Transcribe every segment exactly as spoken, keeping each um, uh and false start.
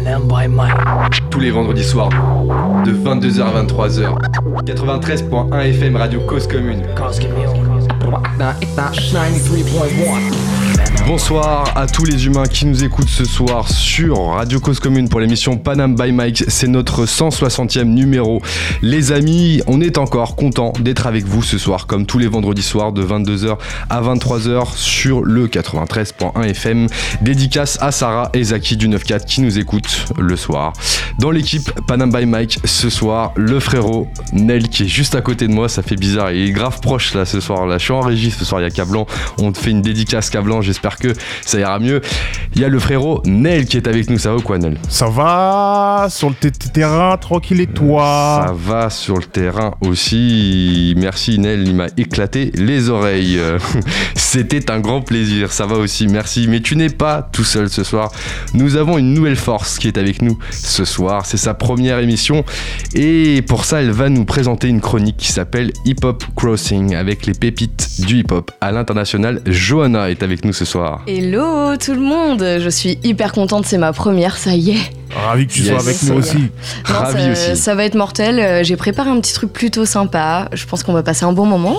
Panam by Mike. Tous les vendredis soirs, de vingt-deux heures à vingt-trois heures. quatre-vingt-treize point un F M Radio Cause Commune. Cause Commune. quatre-vingt-treize point un. Bonsoir à tous les humains qui nous écoutent ce soir sur Radio Cause Commune pour l'émission Panam by Mike. C'est notre cent soixantième numéro. Les amis, on est encore content d'être avec vous ce soir, comme tous les vendredis soirs de vingt-deux heures à vingt-trois heures sur le quatre-vingt-treize point un F M. Dédicace à Sarah et Zaki du neuf quatre qui nous écoutent le soir. Dans l'équipe Panam by Mike ce soir, le frérot Nel qui est juste à côté de moi. Ça fait bizarre, il est grave proche là ce soir. Là, je suis en régie ce soir, il y a Cablan. On te fait une dédicace Cablan, j'espère que ça ira mieux. Il y a le frérot Nel qui est avec nous. Ça va ou quoi, Nel ? Ça va sur le t- terrain, tranquille, et toi ? Ça va sur le terrain aussi. Merci Nel, il m'a éclaté les oreilles. C'était un grand plaisir, ça va aussi, merci. Mais tu n'es pas tout seul ce soir. Nous avons une nouvelle force qui est avec nous ce soir. C'est sa première émission et pour ça, elle va nous présenter une chronique qui s'appelle Hip Hop Crossing avec les pépites du hip-hop à l'international. Johanna est avec nous ce soir. Hello tout le monde, je suis hyper contente, c'est ma première, ça y est. Ravi que tu yes. sois avec nous aussi. Non, Ravi ça, aussi. Ça va être mortel, j'ai préparé un petit truc plutôt sympa, je pense qu'on va passer un bon moment.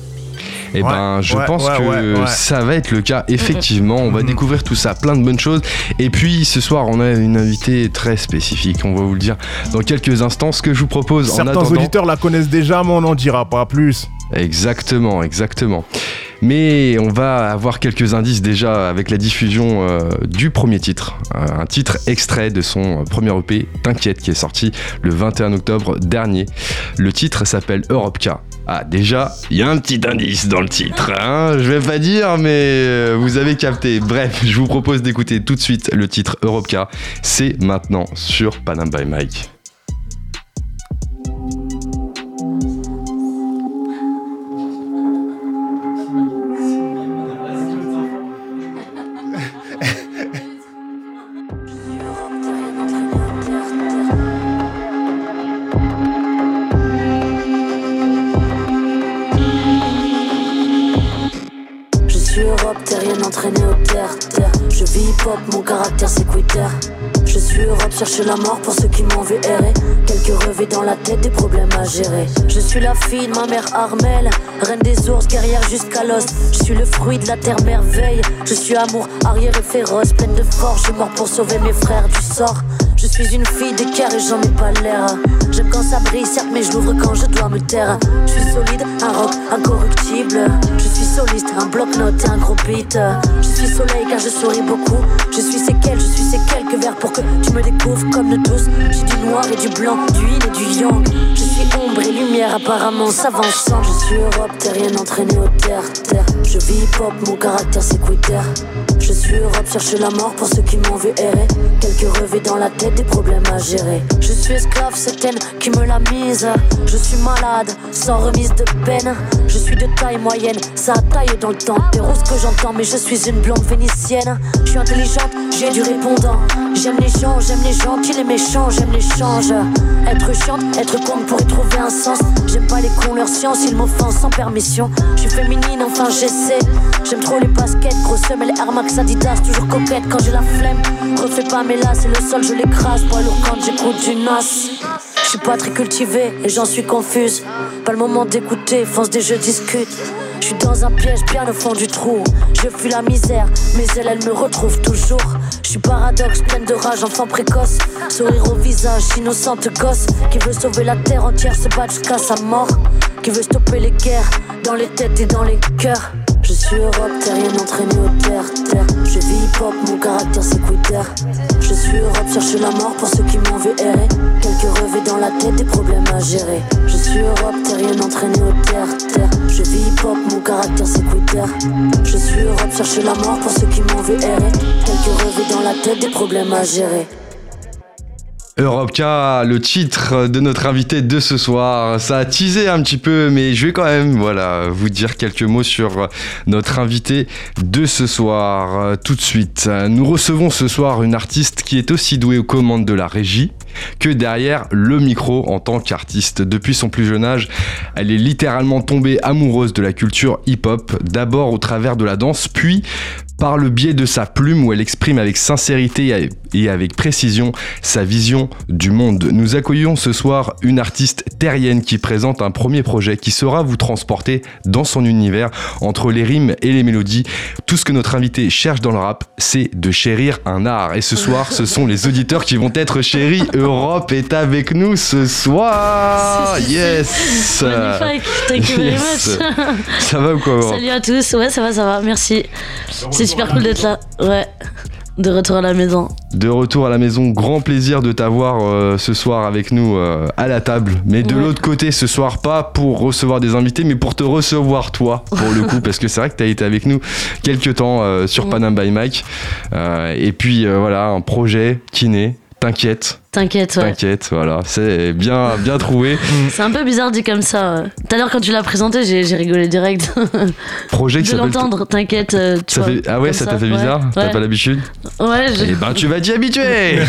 Eh ben, ouais, je ouais, pense ouais, que ouais, ouais. ça va être le cas. Effectivement, on va mmh. découvrir tout ça, plein de bonnes choses. Et puis, ce soir, on a une invitée très spécifique. On va vous le dire dans quelques instants. Ce que je vous propose Certains en attendant... Certains auditeurs la connaissent déjà, mais on n'en dira pas plus. Exactement, exactement. Mais on va avoir quelques indices déjà avec la diffusion euh, du premier titre. Euh, un titre extrait de son premier E P, T'inquiète, qui est sorti le vingt et un octobre dernier. Le titre s'appelle Europka. Ah, déjà, il y a un petit indice dans le titre, hein, je vais pas dire, mais euh, vous avez capté. Bref, je vous propose d'écouter tout de suite le titre Europka. C'est maintenant sur Panam by Mike. Entraîné au terre, terre. Je vis hip-hop, mon caractère c'est quitter. Je suis Europe, chercher la mort pour ceux qui m'ont vu errer. Quelques revers dans la tête, des problèmes à gérer. Je suis la fille de ma mère Armelle, reine des ours, guerrière jusqu'à l'os. Je suis le fruit de la terre merveille. Je suis amour, arrière et féroce, pleine de force. Je suis mort pour sauver mes frères du sort. Je suis une fille d'équerre et j'en ai pas l'air. J'aime quand ça brille, certes, mais je l'ouvre quand je dois me taire. Je suis solide, un rock incorruptible. Je suis soliste, un bloc-notes et un gros beat. Je suis soleil car je souris beaucoup. Je suis séquelles, je suis ces quelques vers pour que tu me découvres comme nous tous. J'ai du noir et du blanc, du yin et du yang. Je suis ombre et lumière, apparemment ça va ensemble. Je suis Europe, terrienne entraînée au terre, terre. Je vis hip-hop, mon caractère c'est quitter. Je suis Europe, cherche la mort pour ceux qui m'ont vu errer. Quelques revers dans la tête, des problèmes à gérer. Je suis esclave, c'est elle qui me l'a mise. Je suis malade, sans remise de peine. Je suis de taille moyenne, ça a taillé dans le temps. Des roses que j'entends, mais je suis une blonde vénitienne. Je suis intelligente, j'ai du répondant. J'aime les gens, j'aime les gentils, les méchants, j'aime l'échange. Être chiante, être con pour y trouver un sens. J'aime pas les cons, leur science, ils m'offensent sans permission. Je suis féminine, enfin j'essaie. J'aime trop les baskets, grosses semelles, Air Max, Adidas, toujours coquette quand j'ai la flemme. Refais pas mes là, c'est le sol, je l'écrase. Poids lourd quand j'écoute du Nas. Je suis pas très cultivée et j'en suis confuse. Pas le moment d'écouter, fonce des jeux discute. Je suis dans un piège bien au fond du trou. Je fuis la misère, mais elle, elle me retrouve toujours. Je suis paradoxe, pleine de rage, enfant précoce. Sourire au visage, innocente gosse. Qui veut sauver la terre entière, se battre jusqu'à sa mort. Qui veut stopper les guerres, dans les têtes et dans les cœurs. Je suis Europe, terrienne entraînée au terre, terre. Je vis hip-hop, mon caractère c'est quitter. Je suis Europe, cherche la mort pour ceux qui m'ont vu errer. Quelques revers dans la tête, des problèmes à gérer. Je suis Europe, terrienne entraînée au terre, terre. Je vis hip-hop, mon caractère c'est quitter. Je suis Europe, cherche la mort pour ceux qui m'ont vu errer. Quelques revers dans la tête, des problèmes à gérer. Europka, le titre de notre invité de ce soir. Ça a teasé un petit peu, mais je vais quand même voilà, vous dire quelques mots sur notre invité de ce soir. Tout de suite, nous recevons ce soir une artiste qui est aussi douée aux commandes de la régie que derrière le micro en tant qu'artiste. Depuis son plus jeune âge, elle est littéralement tombée amoureuse de la culture hip-hop, d'abord au travers de la danse, puis par le biais de sa plume où elle exprime avec sincérité et avec précision sa vision du monde. Nous accueillons ce soir une artiste terrienne qui présente un premier projet qui saura vous transporter dans son univers entre les rimes et les mélodies. Tout ce que notre invité cherche dans le rap, c'est de chérir un art. Et ce soir, ce sont les auditeurs qui vont être chéris. Europe est avec nous ce soir. Si, si, yes. si. Magnifique. Thank you very Yes. much. Ça va ou quoi, Europe? Salut à tous. Ouais, ça va, ça va. Merci. C'est super cool d'être là. Ouais. De retour à la maison. De retour à la maison, grand plaisir de t'avoir euh, ce soir avec nous euh, à la table. Mais de Ouais. l'autre côté, ce soir, pas pour recevoir des invités, mais pour te recevoir toi, pour le coup, parce que c'est vrai que t'as été avec nous quelques temps euh, sur Ouais. Panam by Mike. Euh, et puis euh, voilà, un projet qui naît. T'inquiète, T'inquiète, ouais. t'inquiète, voilà, c'est bien, bien trouvé. C'est un peu bizarre dit comme ça. Tout à l'heure, quand tu l'as présenté, j'ai, j'ai rigolé direct. Projet qui De s'appelle. l'entendre, t'inquiète. euh, tu Ça vois, fait... Ah ouais, comme ça t'a fait bizarre? Ouais. T'as Ouais. pas l'habitude? Ouais, je... Eh ben tu vas t'y habituer.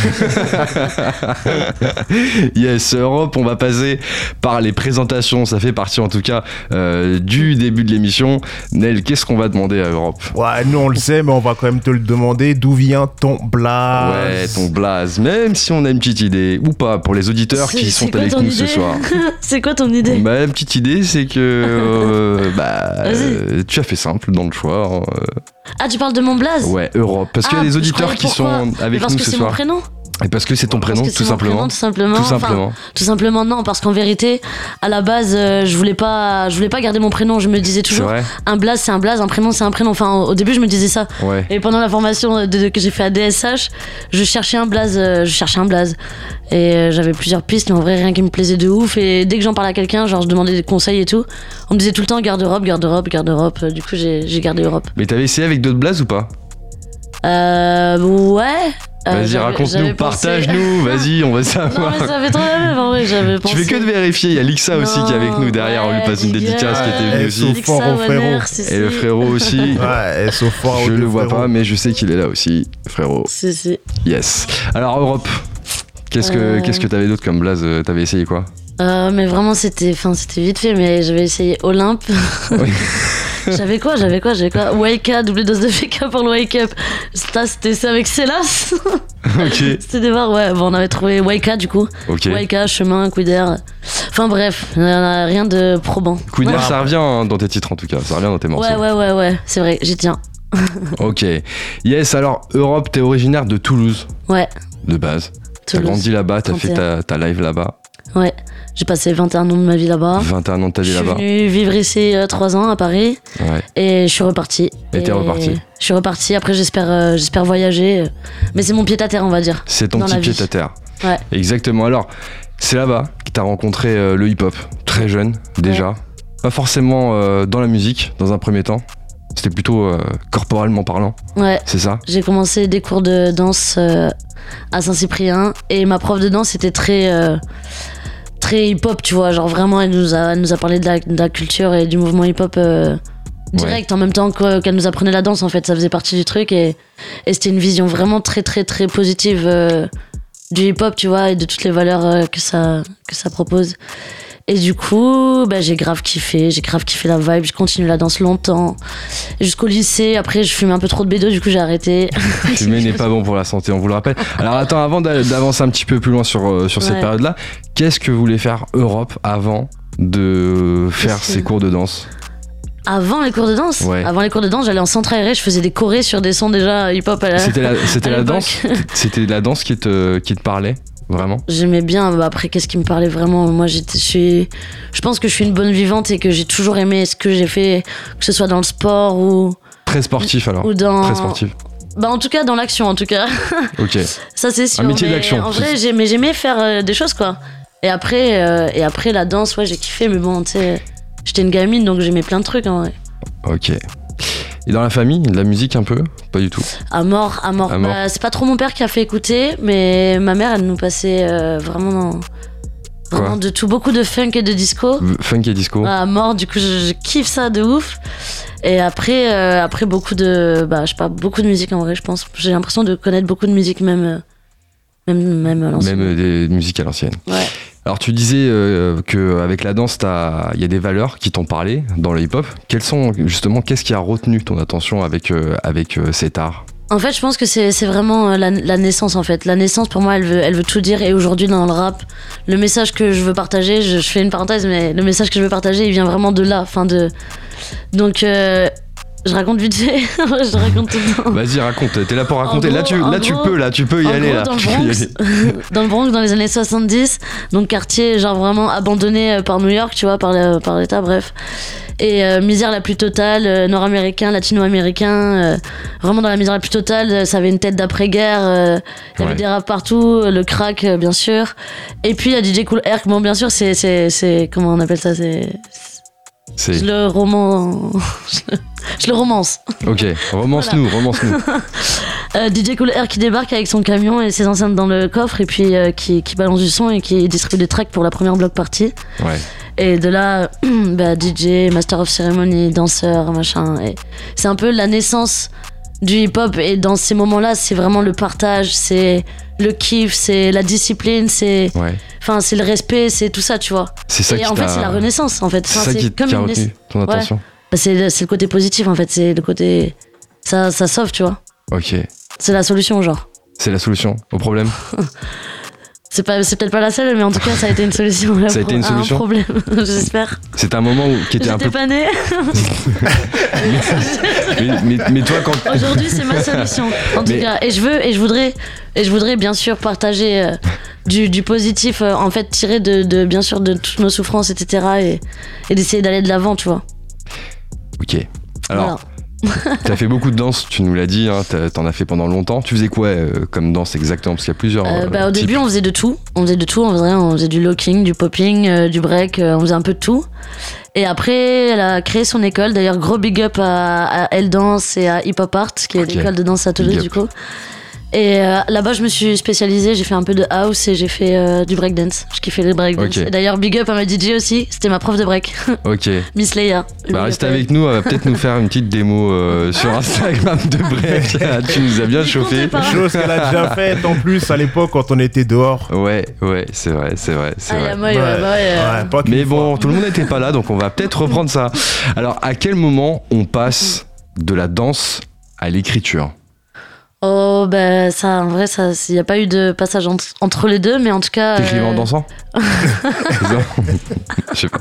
Yes, Europe, on va passer par les présentations, ça fait partie en tout cas euh, du début de l'émission. Nel, qu'est-ce qu'on va demander à Europe? Ouais, nous on le sait, mais on va quand même te le demander. D'où vient ton blaze? Ouais, ton blaze, même si on a une petite idée, ou pas, pour les auditeurs C'est- qui c'est sont quoi avec ton nous ce idée soir. C'est quoi ton idée? Bah, la petite idée, c'est que euh, bah, Vas-y. euh, tu as fait simple dans le choix. hein, Ah, tu parles de mon blaze? euh, ouais, Europe, parce qu'il y a Ah, des je auditeurs croyais qui pourquoi. sont Mais avec parce nous que ce c'est soir. mon prénom? Et parce que c'est ton prénom, Parce que tout c'est mon simplement. prénom, tout simplement. Tout Enfin, simplement. tout simplement non, parce qu'en vérité, à la base, euh, je voulais pas, je voulais pas garder mon prénom. Je me disais C'est toujours, vrai? un blaze, c'est un blaze, un prénom, c'est un prénom. Enfin, au au début, je me disais ça. Ouais. Et pendant la formation de, de- que j'ai fait à D S H, je cherchais un blaze, euh, je cherchais un blaze. Et euh, j'avais plusieurs pistes, mais en vrai, rien qui me plaisait de ouf. Et dès que j'en parlais à quelqu'un, genre, je demandais des conseils et tout. On me disait tout le temps, garde Europe, garde Europe, garde Europe. Euh, Du coup, j'ai, j'ai gardé Europe. Mais t'avais essayé avec d'autres blazes ou pas? Euh, ouais. Euh, Vas-y, j'avais- raconte-nous, j'avais pensé- partage-nous, vas-y, on va Non, savoir. mais ça fait trop la même, en vrai, j'avais Tu pensé. fais que de vérifier, il y a Lixa aussi qui est avec nous derrière, on lui Ouais, passe une big dédicace up. qui était venu Ouais, aussi. sauf- Lixa, fort au frérot. Wanner, si, Et le si. frérot aussi. Ouais, et sauf fort Je aux le deux vois frérots. pas, mais je sais qu'il est là aussi, frérot. Si, si. Yes. Alors, Europe, qu'est-ce que Euh. qu'est-ce que t'avais d'autre comme blaze? euh, T'avais essayé quoi? Euh, mais vraiment, c'était, enfin, c'était vite fait, mais j'avais essayé Olympe. Oui. J'avais quoi, j'avais quoi, j'avais quoi Wake Up, double dose de V K pour le Wake Up. Ça, c'était ça avec Célas. Ok, C'était des barres, ouais. Bon, on avait trouvé Wake Up du coup. ok. Wake Up, chemin, Quider. Enfin bref, euh, rien de probant. Queener, Ouais. ça revient hein, dans tes titres en tout cas, ça revient dans tes morceaux. Ouais, ouais, ouais, ouais, c'est vrai, j'y tiens. Ok. Yes, alors, Europe, t'es originaire de Toulouse, Ouais, de base. T'as Toulouse. grandi là-bas, t'as trente et fait un. ta, ta live là-bas. Ouais. J'ai passé vingt et un ans de ma vie là-bas. vingt et un ans de ta vie Je suis là-bas. venue vivre ici euh, trois ans à Paris. Ouais. Et je suis repartie. Et t'es repartie. Je suis repartie. Après, j'espère, euh, j'espère voyager. euh, Mais c'est mon pied à terre, on va dire. C'est ton Dans petit la pied vie. à terre. Ouais. Exactement. Alors, c'est là-bas que t'as rencontré euh, le hip-hop, très jeune déjà. Pas forcément euh, dans la musique, dans un premier temps. C'était plutôt euh, corporellement parlant, Ouais. c'est ça? J'ai commencé des cours de danse euh, à Saint-Cyprien. Et ma prof de danse était très. euh, très hip-hop, tu vois. Genre vraiment, elle nous a, elle nous a parlé de la, de la culture et du mouvement hip-hop. euh, direct, en même temps que- qu'elle nous apprenait la danse, en fait, ça faisait partie du truc et, et c'était une vision vraiment très très très positive euh, du hip-hop, tu vois, et de toutes les valeurs euh, que ça que ça propose. Et du coup, bah, j'ai grave kiffé, j'ai grave kiffé la vibe, j'ai continué la danse longtemps, jusqu'au lycée. Après, je fumais un peu trop de bédo, du coup, j'ai arrêté. Fumer n'est pas bon pour la santé, on vous le rappelle. Alors attends, avant d'a- d'avancer un petit peu plus loin sur, euh, sur cette Ouais. période-là, qu'est-ce que voulait faire Europe avant de faire Qu'est-ce que- ses cours de danse? Avant les cours de danse, Ouais. avant les cours de danse, j'allais en centre aéré, je faisais des chorés sur des sons déjà hip-hop. À la... C'était la, c'était à la l'époque. danse C'était la danse qui te, qui te parlait, vraiment? J'aimais bien. Bah, après, qu'est-ce qui me parlait vraiment? Moi, j'étais, je suis, je pense que je suis une bonne vivante et que j'ai toujours aimé ce que j'ai fait, que ce soit dans le sport ou, Très sportif alors? ou dans. Très sportif. Bah, en tout cas, dans l'action, en tout cas. Ok. Ça, c'est sûr. Un métier mais d'action. En vrai, j'aimais, j'aimais faire euh, des choses, quoi. Et après, euh, et après, la danse, ouais, j'ai kiffé, mais bon, tu sais, j'étais une gamine, donc j'aimais plein de trucs, en vrai. Ok. Et dans la famille, de la musique un peu? Pas du tout. À mort, à mort. À mort. Bah, c'est pas trop mon père qui a fait écouter, mais ma mère, elle nous passait euh, vraiment dans. Quoi Vraiment de tout, beaucoup de funk et de disco. V- Funk et disco? À mort, du coup, je, je kiffe ça de ouf. Et après, euh, après beaucoup de. Bah, je sais pas, beaucoup de musique en vrai, je pense. J'ai l'impression de connaître beaucoup de musique, même. euh, Même, même à l'ancienne. Même euh, des musiques à l'ancienne. Ouais. Alors tu disais euh, qu'avec la danse, t'as- il y a des valeurs qui t'ont parlé dans le hip-hop. Quelles sont justement, qu'est-ce qui a retenu ton attention avec, euh, avec euh, cet art? En fait, je pense que c'est, c'est vraiment la, la naissance, en fait. La naissance, pour moi, elle veut, elle veut tout dire. Et aujourd'hui, dans le rap, le message que je veux partager, je, je fais une parenthèse, mais le message que je veux partager, il vient vraiment de là. Enfin, de... Donc, euh, je raconte vite fait. Je raconte tout le temps. Vas-y, raconte. T'es là pour raconter. En là, gros, tu, en là tu gros- peux, là, tu peux y En aller. gros, là. dans, le Tu peux y Bronx, aller. dans le Bronx, dans les années soixante-dix, donc quartier genre vraiment abandonné euh, par New York, tu vois, par, le- par l'État, bref. Et euh, misère la plus totale, euh, nord-américain, latino-américain, euh, vraiment dans la misère la plus totale. euh, Ça avait une tête d'après-guerre, euh, il y avait Ouais. des rap partout, euh, le crack, euh, bien sûr. Et puis il y a D J Kool Herc, bon, bien sûr, c'est, c'est, c'est. Comment on appelle ça c'est, C'est... Je le roman. je, le... je le romance. Ok, romance-nous, romance-nous. Euh, D J Kool Herc qui débarque avec son camion et ses enceintes dans le coffre et puis euh, qui, qui balance du son et qui distribue des tracks pour la première block party. Ouais. Et de là, bah, D J, Master of Ceremony, danseur, machin. Et c'est un peu la naissance du hip-hop. Et dans ces moments-là, c'est vraiment le partage, c'est le kiff, c'est la discipline, c'est, Ouais. enfin, c'est le respect, c'est tout ça, tu vois. C'est ça Et qui en t'a... fait, c'est la renaissance, en fait. C'est Enfin, ça qui, comme qui a une retenu naiss- ton attention. Bah, c'est, le- c'est le côté positif, en fait. C'est le côté. Ça, ça sauve, tu vois. Ok. C'est la solution, genre. C'est la solution au problème. C'est, pas, c'est peut-être pas la seule, mais en tout cas, ça a été une solution. là, Ça a pour été une solution un problème, j'espère. C'était un moment où, qui était un J'étais peu... pas née. mais, mais, mais toi, quand... Aujourd'hui, c'est ma solution. En tout Mais- cas, et je veux, et je voudrais, et je voudrais bien sûr partager euh, du, du positif, euh, en fait, tiré de, de, bien sûr, de toutes nos souffrances, et cetera. Et, et d'essayer d'aller de l'avant, tu vois. Ok. Alors, Voilà. t'as fait beaucoup de danse, tu nous l'as dit, hein, t'as- t'en as fait pendant longtemps. Tu faisais quoi euh, comme danse exactement? Parce qu'il y a plusieurs. Euh, euh, bah, au types. début, on faisait de tout. On faisait de tout. En vrai, on faisait du locking, du popping, euh, du break. euh, on faisait un peu de tout. Et après, elle a créé son école. D'ailleurs, gros big up à, à Elle Danse et à Hip Hop Art, qui est Ok. l'école de danse à Big Toulouse, up. du coup. Et euh, là-bas, je me suis spécialisée. J'ai fait un peu de house et j'ai fait euh, du breakdance. Je kiffais le breakdance. Ok. Et d'ailleurs, big up à ma D J aussi. C'était ma prof de break, Ok. Miss Leia. Bah, reste avec nous, elle va peut-être nous faire une petite démo euh, sur Instagram de break. Tu nous as bien chauffé. Pas. Chose qu'elle a déjà faite en plus à l'époque quand on était dehors. Ouais, ouais, c'est vrai, c'est vrai, c'est Ah, vrai. yeah, moi, ouais, bah, ouais, euh, Ouais, pas qu'une Mais bon, fois. tout le monde n'était pas là, donc on va peut-être reprendre ça. Alors, à quel moment on passe de la danse à l'écriture? Oh, bah, ça, en vrai, ça, il n'y a pas eu de passage entre, entre les deux, mais en tout cas. T'écrivais en euh, dansant? C'est ça. Je sais pas.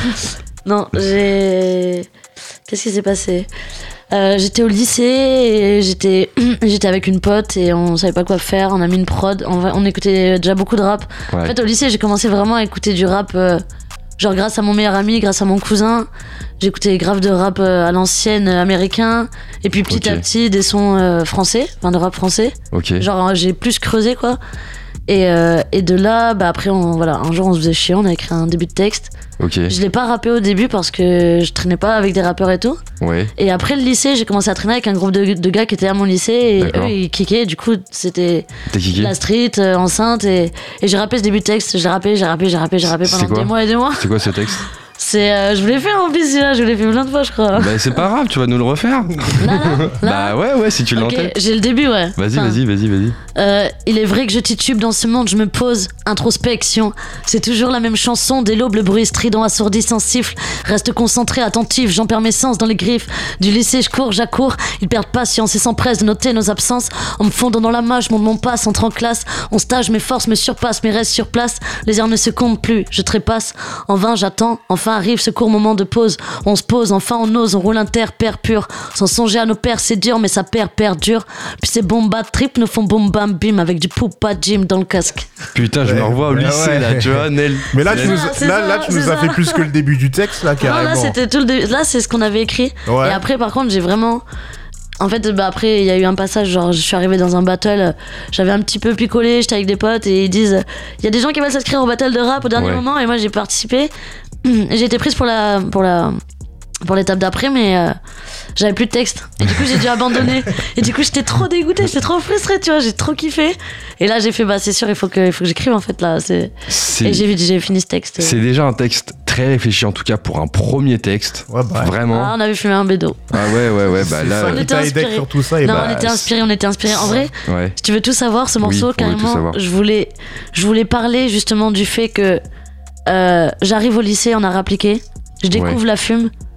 Non, j'ai. Qu'est-ce qui s'est passé Euh, J'étais au lycée et j'étais j'étais avec une pote et on savait pas quoi faire. On a mis une prod. On, va- on écoutait déjà beaucoup de rap. Ouais. En fait, au lycée, j'ai commencé vraiment à écouter du rap. euh, genre grâce à mon meilleur ami, grâce à mon cousin. J'écoutais grave de rap euh, à l'ancienne euh, américain. Et puis petit Ok. à petit, des sons euh, français, enfin de rap français. Ok. Genre, euh, j'ai plus creusé quoi. Et, euh, et de là, bah après, on, voilà, un jour on se faisait chier, on a écrit un début de texte. Ok. Je l'ai pas rappé au début parce que je traînais pas avec des rappeurs et tout. Ouais. Et après le lycée, j'ai commencé à traîner avec un groupe de, de gars qui étaient à mon lycée et D'accord. eux ils kickaient. Du coup, c'était T'es kické? la street, euh, enceinte et, et j'ai rappé ce début de texte. J'ai rappé, j'ai rappé, j'ai rappé, j'ai rappé C'est pendant quoi des mois et des mois. C'est quoi ce texte? C'est, euh, je voulais faire en plus, celui-là, je l'ai fait plein de fois, je crois. Bah, c'est pas grave, tu vas nous le refaire. Là, là, là. Bah, ouais, ouais, si tu l'as en Ok, tête. j'ai le début, ouais. Vas-y, Enfin, vas-y, vas-y, vas-y. Euh, il est vrai que je titube dans ce monde, je me pose, introspection. C'est toujours la même chanson, dès l'aube le bruit strident assourdissant siffle. Reste concentré, attentif, j'en perds mes sens dans les griffes. Du lycée, je cours, j'accours. Ils perdent patience et s'empressent de noter nos absences. En me fondant dans la main, je monte mon passe, entre en classe. On stage, mes forces me surpassent, mes restes sur place. Les heures ne se comptent plus, je trépasse. En vain, j'attends, enfin arrive ce court moment de pause. On se pose, enfin on ose, on roule un terre, père pur. Sans songer à nos pères, c'est dur, mais ça perd, perdure. Puis ces bombas trip nous font boum bam bim avec du poupa Jim dans le casque. Putain, je me Ouais, revois au ouais, lycée, ouais. là, tu vois, Nel. Mais là, tu C'est nous, ça, c'est là, ça, là, tu c'est nous as ça. fait plus que le début du texte, là, Non, carrément. là c'était tout le début. Là c'est ce qu'on avait écrit. Ouais. Et après par contre j'ai vraiment. En fait, bah après, il y a eu un passage, genre, je suis arrivée dans un battle, euh, j'avais un petit peu picolé, j'étais avec des potes et ils disent il y a des gens qui veulent s'inscrire au battle de rap au dernier Ouais. moment et moi j'ai participé. J'ai été prise pour la pour la pour l'étape d'après, mais euh, j'avais plus de texte et du coup j'ai dû abandonner et du coup j'étais trop dégoûtée, j'étais trop frustrée, tu vois, j'ai trop kiffé et là j'ai fait bah c'est sûr il faut que il faut que j'écrive en fait là, c'est C'est et j'ai j'ai fini ce texte. c'est déjà un texte très réfléchi, en tout cas pour un premier texte. Ouais, bah, Vraiment. Ah, on avait fumé un bédo. Ah ouais, ouais, ouais, bah c'est là. ça on qui était t'a aidé inspiré. sur tout ça. Et Non, bah, on était inspirés, on était inspirés. En vrai, Ouais. si tu veux tout savoir, ce Oui, morceau, on veut tout carrément, savoir. je voulais, je voulais parler justement du fait que euh, j'arrive au lycée en art appliqué, je découvre Ouais. la fume,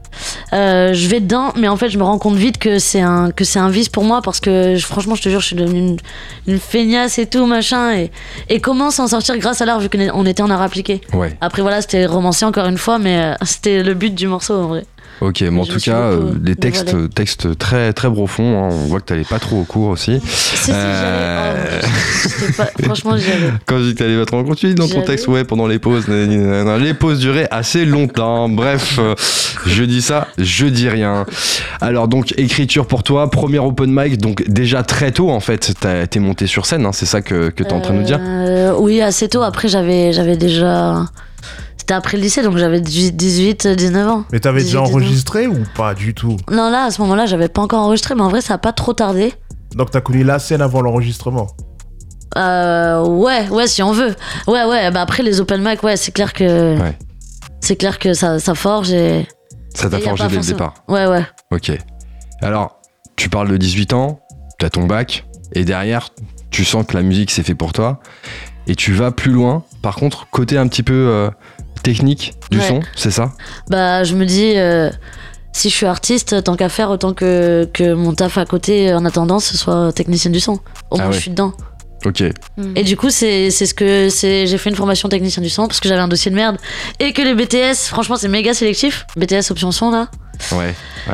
Euh, je vais dedans, mais en fait, je me rends compte vite que c'est un, que c'est un vice pour moi parce que je, franchement, je te jure, je suis devenue une, une feignasse et tout, machin. Et, et comment s'en sortir grâce à l'art vu qu'on était en art appliqué. Ouais. Après, voilà, c'était romancé encore une fois, mais euh, c'était le but du morceau en vrai. Ok, mais en Je tout me suis cas, beaucoup euh, des textes, dévoilée. textes très très profonds. Hein. On voit que t'allais pas trop au cours aussi. Si, si, Euh, j'y allais. Oh, j'étais pas- franchement, j'y allais. Quand je dis que t'allais pas trop en compte, tu dis dans ton J'allais. texte, ouais, pendant les pauses, nanana, les pauses duraient assez longtemps. Bref, euh, je dis ça, je dis rien. Alors donc, écriture pour toi, premier open mic, donc déjà très tôt en fait, t'as- t'es monté sur scène, hein, c'est ça que, que t'es en train de nous dire? Euh, Oui, assez tôt. Après, j'avais, j'avais déjà. C'était après le lycée, donc j'avais dix-huit, dix-neuf ans. Mais t'avais déjà dix-huit, enregistré ou pas du tout? Non, là, à ce moment-là, j'avais pas encore enregistré, mais en vrai, ça a pas trop tardé. Donc t'as connu la scène avant l'enregistrement? Euh, ouais, ouais, si on veut. Ouais, ouais, bah après, les open mic, ouais, c'est clair que. Ouais. C'est clair que ça, ça forge et. Ça t'a et y a forgé pas dès le forcément- départ. Ouais, ouais. Ok. Alors, tu parles de dix-huit ans, t'as ton bac, et derrière, tu sens que la musique c'est fait pour toi, et tu vas plus loin. Par contre, côté un petit peu euh, technique du Ouais. son, c'est ça? Bah, je me dis, euh, si je suis artiste, tant qu'à faire, autant que, que mon taf à côté, en attendant, ce soit technicienne du son. Au Ah moins, ouais. je suis dedans. Ok. Et du coup, c'est c'est ce que c'est. J'ai fait une formation technicien du son parce que j'avais un dossier de merde et que les B T S, franchement, c'est méga sélectif. B T S option son là. Ouais.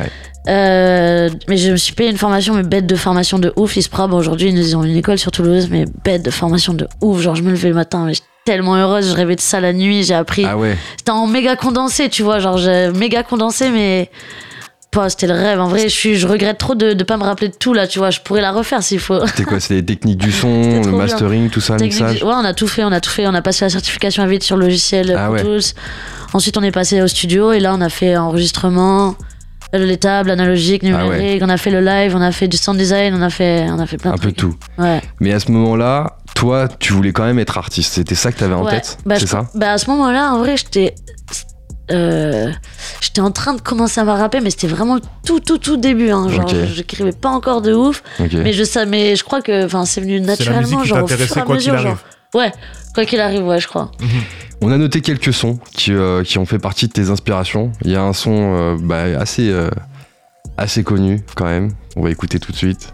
Euh, mais je me suis payé une formation, mais bête de formation de ouf. ISPRA, bon, aujourd'hui, ils ont une école sur Toulouse, mais bête de formation de ouf. Genre, je me levais le matin, mais j'étais tellement heureuse. Je rêvais de ça la nuit. J'ai appris. Ah ouais. C'était en méga condensé, tu vois. Genre, j'ai méga condensé, mais. Pas, c'était le rêve. En vrai, je, suis, je regrette trop de ne pas me rappeler de tout là, tu vois. Je pourrais la refaire s'il faut. C'était quoi? C'était les techniques du son, C'était le trop bien. mastering, tout ça, le Technique mixage? du- Ouais, on a tout fait, on a tout fait. On a passé la certification à vite sur le logiciel Ah Pro ouais. Tools. Ensuite, on est passé au studio et là, on a fait enregistrement, les tables analogiques, numériques. Ah ouais. On a fait le live, on a fait du sound design, on a fait, on a fait plein Un de peu trucs. tout. Ouais. Mais à ce moment-là, toi, tu voulais quand même être artiste. C'était ça que t'avais en Ouais. tête? Bah, c'est je- ça? Bah, à ce moment-là, en vrai, j'étais. euh, j'étais en train de commencer à me rapper, mais c'était vraiment le tout, tout, tout début. Hein. Genre, Ok. j'écrivais pas encore de ouf. Ok. Mais je sais, mais je crois que, enfin, c'est venu C'est la musique naturellement, qui genre au fur et t'intéressait à quoi qu'il mesure, arrive. genre. Ouais, quoi qu'il arrive, ouais, je crois. On a noté quelques sons qui, euh, qui ont fait partie de tes inspirations. Il y a un son euh, bah, assez, euh, assez connu quand même. On va écouter tout de suite.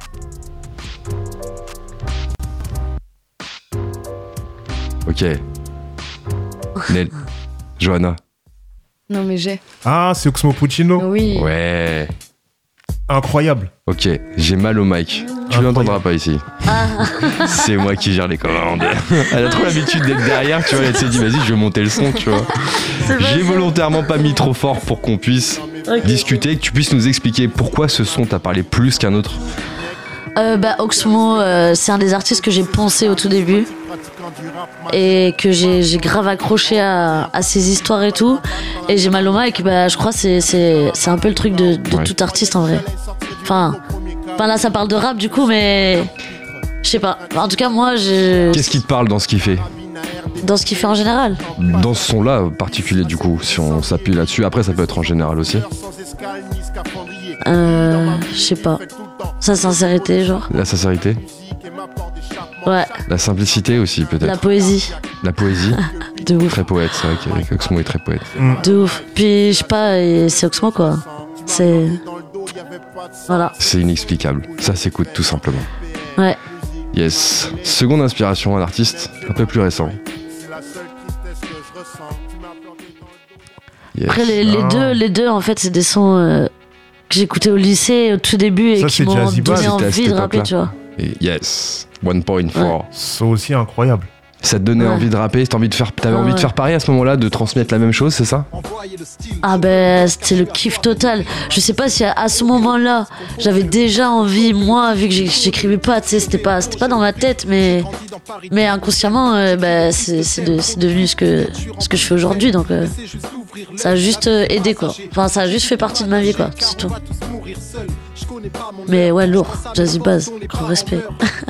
Ok. Nel. Johanna. Non, mais j'ai. Ah, c'est Oxmo Puccino. Oui. Ouais. Incroyable. Ok, j'ai mal au mic. Tu Incroyable. l'entendras pas ici. Ah. C'est moi qui gère les commandes. Elle a trop l'habitude d'être derrière, tu vois. Elle s'est dit, vas-y, je vais monter le son, tu vois. C'est pas J'ai ça. volontairement pas mis trop fort pour qu'on puisse Ok. discuter, que tu puisses nous expliquer pourquoi ce son t'a parlé plus qu'un autre. Euh, bah, Oxmo, euh, c'est un des artistes que j'ai pensé au tout début et que j'ai j'ai grave accroché à, à ses histoires et tout. Et j'ai mal au mic, bah, je crois que c'est- c'est c'est un peu le truc de, de Ouais. tout artiste en vrai. Enfin, enfin, là, ça parle de rap du coup, mais je sais pas. En tout cas, moi, je, Qu'est-ce qui te parle dans ce qu'il fait? dans ce qu'il fait en général. Dans ce son-là particulier, du coup, si on s'appuie là-dessus. Après, ça peut être en général aussi. Euh, je sais pas. Sa sincérité, genre. La sincérité, Ouais, la simplicité aussi, la peut-être. poésie. La poésie. De ouf. Très poète, c'est vrai qu'Oxmo est très poète. De ouf. Puis, je sais pas, et c'est Oxmo quoi. C'est. Voilà. C'est inexplicable. Ça s'écoute tout simplement. Ouais. Yes. Seconde inspiration, un artiste un peu plus récent. Yes. Après, les, les Ah. deux, les deux, en fait, c'est des sons euh, que j'écoutais au lycée, au tout début, et Ça, qui c'est m'ont Jazzy Bass. donné C'était à envie cette de rapper, époque-là. tu vois. Et yes. one point four. C'est aussi incroyable. Ça te donnait Ouais. envie de rapper, t'as envie de faire, t'avais Ah envie de ouais. faire pareil à ce moment-là, de transmettre la même chose, c'est ça? Ah ben, c'était le kiff total. Je sais pas si à, à ce moment-là, j'avais déjà envie, moi, vu que j'ai- j'écrivais pas, tu sais, c'était pas, c'était pas dans ma tête, mais, mais inconsciemment, euh, ben, c'est c'est de- c'est devenu ce que, ce que je fais aujourd'hui, donc euh, ça a juste euh, aidé, quoi. Enfin, ça a juste fait partie de ma vie, quoi, c'est tout. Mais ouais, lourd, Jazzy Bass, grand respect.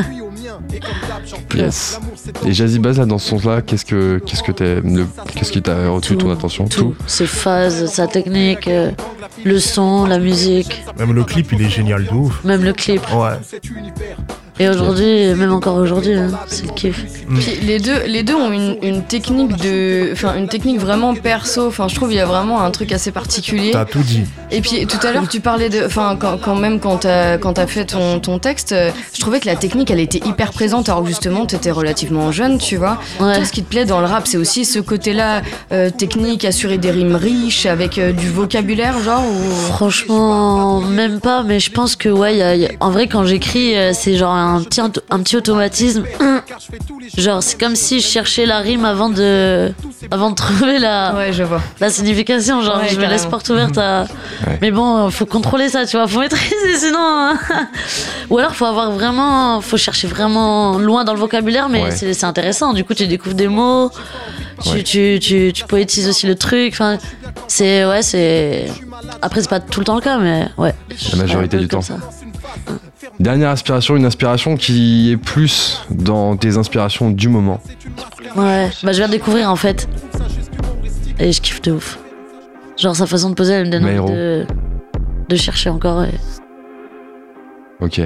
Yes. Et Jazzy Bass, là, dans ce sens-là, qu'est-ce que, qu'est-ce que t'es, le- qu'est-ce qui t'a retenu Tout, ton attention? Tout, ses phases, sa technique, euh, le son, la musique, Même le clip, il est génial de ouf. même le clip. Ouais. Et aujourd'hui, même encore aujourd'hui, hein, c'est le kiff. Puis les deux, les deux ont une, une technique de, enfin une technique vraiment perso. Enfin, je trouve il y a vraiment un truc assez particulier. T'as tout dit. Et puis tout à l'heure, tu parlais de, enfin quand, quand même quand t'as quand t'as fait ton ton texte, euh, je trouvais que la technique elle était hyper présente. Alors que justement, t'étais relativement jeune, tu vois. Ouais. Tout ce qui te plaît dans le rap, c'est aussi ce côté-là euh, technique, assurer des rimes riches avec euh, du vocabulaire, genre. Ou... Franchement, même pas, mais je pense que ouais, y a, y a- en vrai quand j'écris, euh, c'est genre un petit, auto- un petit automatisme. Genre c'est comme si je cherchais la rime avant de, avant de trouver la, Ouais, je vois. la signification. Genre Ouais, je me carrément. laisse porte ouverte à. Ouais. Mais bon, faut contrôler ça, tu vois, faut maîtriser, sinon. hein. Ou alors faut avoir vraiment, faut chercher vraiment loin dans le vocabulaire, mais Ouais. c'est, c'est intéressant. Du coup, tu découvres des mots, tu, Ouais. tu, tu, tu poétises aussi le truc. Enfin, c'est ouais, c'est. Après, c'est pas tout le temps le cas, mais ouais. La majorité Un peu du comme temps. ça. Dernière inspiration, une inspiration qui est plus dans tes inspirations du moment. Ouais, bah je viens de découvrir en fait. Et je kiffe de ouf. Genre sa façon de poser, elle me donne Maïro. envie de, de chercher encore. Et... Ok.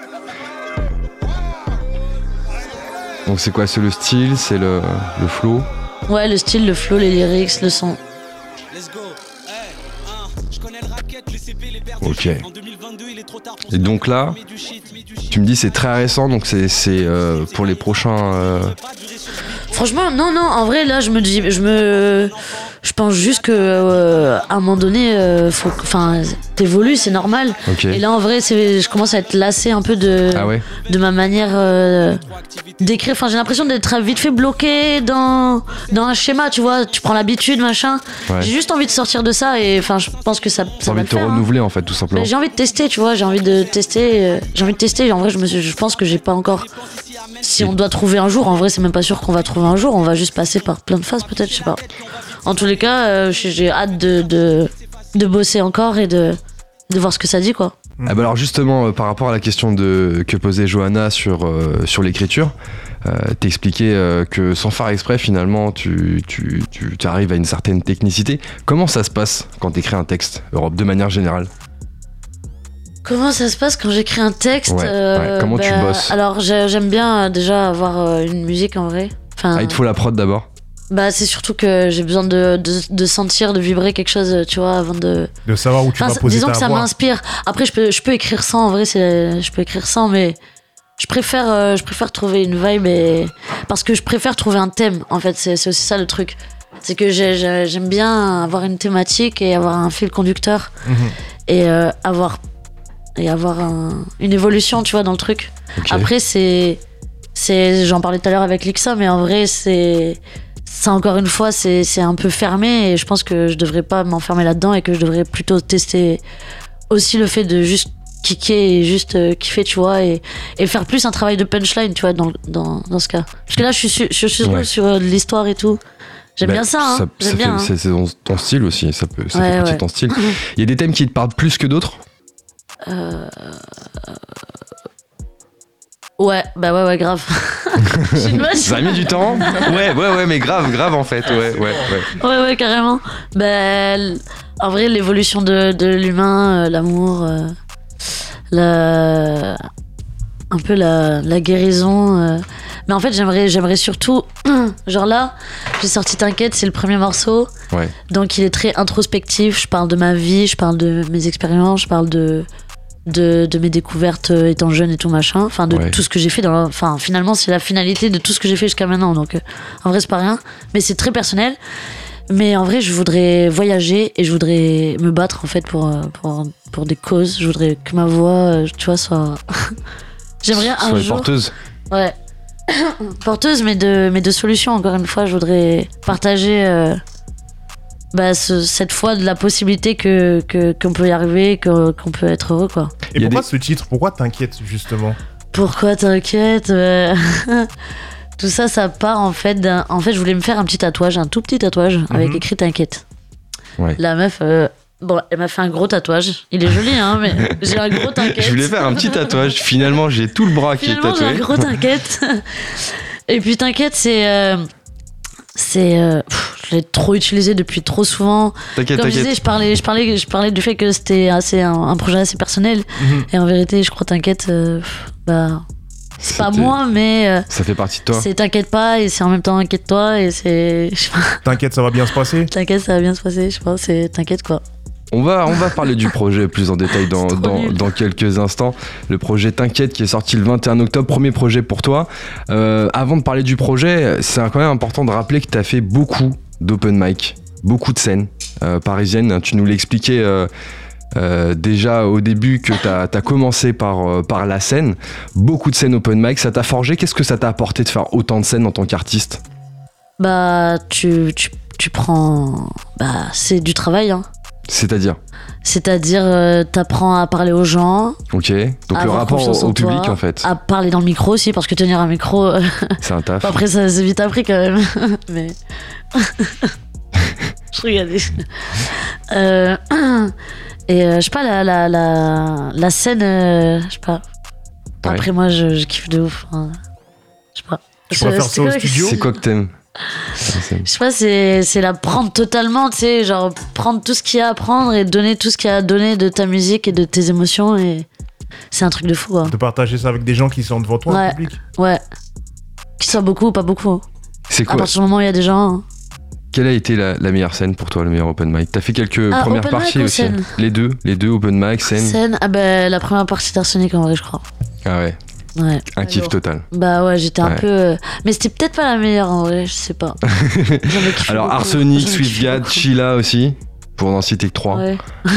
Donc c'est quoi? C'est le style, c'est le, le flow. Ouais, le style, le flow, les lyrics, le son. Ok. Et donc là, tu me dis c'est très récent, donc c'est c'est, euh, pour les prochains. euh, Franchement, non, non, en vrai, là, je me dis, je me. Je pense juste que euh, à un moment donné, euh, faut, enfin, t'évolues, c'est normal. Ok. Et là, en vrai, c'est, je commence à être lassé un peu de, Ah ouais. de ma manière euh, d'écrire. Enfin, j'ai l'impression d'être vite fait bloqué dans, dans un schéma, tu vois. Tu prends l'habitude, machin. Ouais. J'ai juste envie de sortir de ça et enfin, je pense que ça, T'as ça va envie le de te faire. hein. renouveler en fait, tout simplement. Mais j'ai envie de tester, tu vois. J'ai envie de tester. euh, j'ai envie de tester. En vrai, je, me suis, je pense que j'ai pas encore. Si on doit trouver un jour, en vrai, c'est même pas sûr qu'on va trouver un jour. On va juste passer par plein de phases, peut-être, je sais pas. En tous les cas, euh, j'ai j'ai hâte de, de, de bosser encore et de, de voir ce que ça dit, quoi. Ah bah alors justement, euh, par rapport à la question de, que posait Johanna sur, euh, sur l'écriture, euh, t'expliquais euh, que sans faire exprès, finalement, tu, tu, tu, tu arrives à une certaine technicité. Comment ça se passe quand t'écris un texte, Europe, de manière générale? Comment ça se passe quand j'écris un texte Ouais, ouais, comment tu bosses? Alors, j'ai- j'aime bien euh, déjà avoir euh, une musique en vrai. Enfin, Ah, il te faut la prod d'abord? bah, c'est surtout que j'ai besoin de, de, de sentir, de vibrer quelque chose, tu vois, avant de. De savoir où tu Enfin, vas poser disons ta que ça voix. m'inspire. Après, je peux, je peux écrire sans, en vrai, c'est, je peux écrire sans, mais je préfère, euh, je préfère trouver une vibe et. Parce que je préfère trouver un thème, en fait, c'est, c'est aussi ça le truc. C'est que j'ai- j'ai- j'aime bien avoir une thématique et avoir un fil conducteur Mhm. et euh, avoir, et avoir un- une évolution, tu vois, dans le truc. Ok. Après, c'est. c'est j'en parlais tout à l'heure avec Lixa, mais en vrai, c'est. Ça, encore une fois, c'est, c'est un peu fermé et je pense que je devrais pas m'enfermer là-dedans et que je devrais plutôt tester aussi le fait de juste kicker et juste euh, kiffer, tu vois, et, et faire plus un travail de punchline, tu vois, dans, dans, dans ce cas. Parce que là, je suis sur, je suis Ouais. sur euh, l'histoire et tout. J'aime Bah, bien ça, hein. ça J'aime fait- bien. hein. c'est, c'est ton, ton style aussi, ça, peut, ça Ouais, fait partie ouais. de ton style. Il y a des thèmes qui te parlent plus que d'autres? Euh... Ouais, bah ouais, ouais, grave. J'ai une vache. Ça a mis du temps? Ouais, ouais, ouais, mais grave, grave en fait, ouais, ouais, ouais. Ouais, ouais, carrément. Bah, l- en vrai, l'évolution de, de l'humain, euh, l'amour, euh, la... un peu la, la guérison. euh. Mais en fait, j'aimerais, j'aimerais surtout. Genre là, j'ai sorti T'inquiète, c'est le premier morceau. Ouais. Donc il est très introspectif. Je parle de ma vie, je parle de mes expériences, je parle de. De, de mes découvertes euh, étant jeune et tout machin, enfin de Ouais. tout ce que j'ai fait dans la- enfin finalement c'est la finalité de tout ce que j'ai fait jusqu'à maintenant, donc euh, en vrai c'est pas rien, mais c'est très personnel. Mais en vrai je voudrais voyager et je voudrais me battre en fait pour, euh, pour, pour des causes, je voudrais que ma voix euh, tu vois soit j'aimerais un Sur les jour porteuses. ouais porteuse mais de, mais de solutions, encore une fois je voudrais partager euh, bah, ce- cette fois de la possibilité que, que, qu'on peut y arriver, que, qu'on peut être heureux quoi. Et Il y a pourquoi des- ce titre? Pourquoi T'inquiète, justement? Pourquoi T'inquiète euh, Tout ça, ça part en fait d'un... En fait, je voulais me faire un petit tatouage, un tout petit tatouage, avec Mhm. écrit T'inquiète. Ouais. La meuf, euh, bon, elle m'a fait un gros tatouage. Il est joli, hein, mais j'ai un gros T'inquiète. Je voulais faire un petit tatouage, finalement j'ai tout le bras qui est Finalement, j'ai un tatoué. gros T'inquiète. Et puis T'inquiète, c'est... euh, c'est... euh, pff, je l'ai trop utilisé depuis trop souvent. T'inquiète, Comme je disais, t'inquiète. je parlais, je, parlais, je parlais du fait que c'était assez, un, un projet assez personnel. Mhm. Et en vérité, je crois, T'inquiète, euh, pff, bah, C'est pas C'était- moi, mais euh, Ça fait partie de toi. c'est t'inquiète pas et c'est en même temps inquiète-toi et c'est. Je sais pas, T'inquiète, ça va bien se passer. t'inquiète, ça va bien se passer, je pense, c'est t'inquiète quoi. On va, on va parler du projet plus en détail dans, C'est trop dans, nul. dans quelques instants. Le projet T'inquiète qui est sorti le vingt et un octobre, premier projet pour toi. Euh, avant de parler du projet, c'est quand même important de rappeler que tu as fait beaucoup d'open mic, beaucoup de scènes euh, parisiennes. Tu nous l'expliquais euh, euh, déjà au début que tu as commencé par, euh, par la scène. Beaucoup de scènes open mic, ça t'a forgé. Qu'est-ce que ça t'a apporté de faire autant de scènes en tant qu'artiste ? Bah, tu, tu, tu prends. Bah, c'est du travail, hein. C'est-à-dire ? C'est-à-dire, euh, t'apprends à parler aux gens, Ok, donc à le avoir rapport confiance au, en au public toi, en fait, à parler dans le micro aussi, parce que tenir un micro, euh, c'est un taf. après ça c'est vite appris quand même. Mais. Je regardais. Euh, Et euh, je sais pas, la, la, la, la scène, euh, je sais pas. Ouais. Après, moi je, je kiffe de ouf. hein. Je sais pas. Tu préfères C'est ça au quoi la studio C'est quoi que t'aimes ? Je sais pas, c'est, c'est la prendre totalement, tu sais, genre prendre tout ce qu'il y a à prendre et donner tout ce qu'il y a à donner de ta musique et de tes émotions et c'est un truc de fou, quoi. De partager ça avec des gens qui sont devant toi Ouais. en public. Ouais. Qu'il soit beaucoup ou pas beaucoup. C'est À quoi partir du moment où il y a des gens. hein. Quelle a été la, la meilleure scène pour toi, le meilleur open mic ? T'as fait quelques Ah, premières open mic parties ou aussi. scène Les deux, les deux open mic, scène. Scène, ah bah la première partie d'Arsenic en vrai, je crois. Ah ouais, Ouais. un kiff Alors. total. Bah ouais, j'étais un Ouais. peu. euh, Mais c'était peut-être pas la meilleure en vrai, je sais pas. J'en ai kiffé Alors beaucoup. Arsenic, J'en ai kiffé Swiftgad, beaucoup. Chilla aussi, pour n'en citer que trois. Ouais.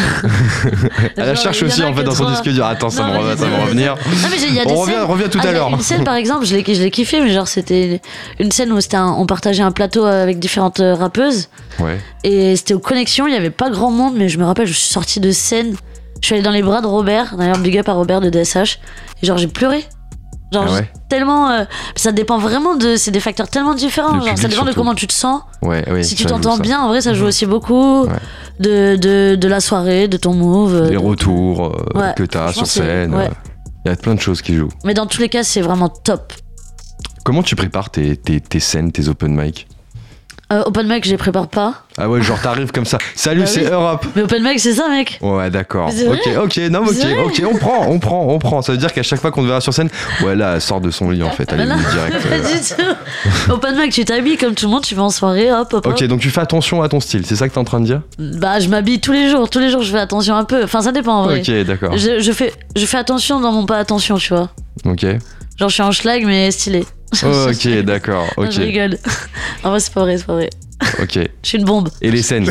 Elle la Genre, cherche il y aussi en a en fait que dans son trois. disque dur. Attends, ça Non, me mais revient, ça je- va revenir. Non mais il y a des On revient, scènes. revient tout Ah, à il y a l'heure. Une scène par exemple, je l'ai, je l'ai kiffé, mais genre c'était une scène où c'était un- on partageait un plateau avec différentes euh, rappeuses Ouais. et c'était aux connexions, il y avait pas grand monde, mais je me rappelle, je suis sortie de scène, je suis allée dans les bras de Robert, d'ailleurs big up à Robert de D S H, et genre j'ai pleuré. Genre Ah ouais. j'ai tellement, euh, ça dépend vraiment de, c'est des facteurs tellement différents, Le genre ça public dépend de surtout. comment tu te sens. Ouais, oui. si tu ça joue, t'entends ça. bien, en vrai ça joue aussi beaucoup Ouais. de, de, de la soirée, de ton move. euh, Les de- retours euh, Ouais, que t'as franchement, sur c'est- scène. ouais. Il y a plein de choses qui jouent. Mais dans tous les cas, c'est vraiment top. Comment tu prépares tes, tes, tes scènes, tes open mic ? Euh, open mic, je les prépare pas. Ah ouais, genre t'arrives comme ça. Salut, Bah c'est oui. Europe. Mais open mic, c'est ça, mec. Ouais, d'accord. C'est Ok, vrai ok, non, mais C'est ok, ok, on prend, on prend, on prend. Ça veut dire qu'à chaque fois qu'on te verra sur scène, ouais, là, elle sort de son lit en fait. Elle est Voilà. venue direct. Pas euh. du tout. Open mic, tu t'habilles comme tout le monde, tu vas en soirée, hop, hop, hop. Ok, donc tu fais attention à ton style, c'est ça que t'es en train de dire ? Bah, je m'habille tous les jours. Tous les jours, je fais attention un peu. Enfin, ça dépend en vrai. Ok, d'accord. Je, je fais, je fais attention dans mon pas attention, tu vois. Ok. Genre, je suis en schlag, mais stylé. Ok, d'accord. Non, Ok. je rigole. En vrai, c'est pas vrai, c'est pas vrai. Ok. Je suis une bombe. Et les scènes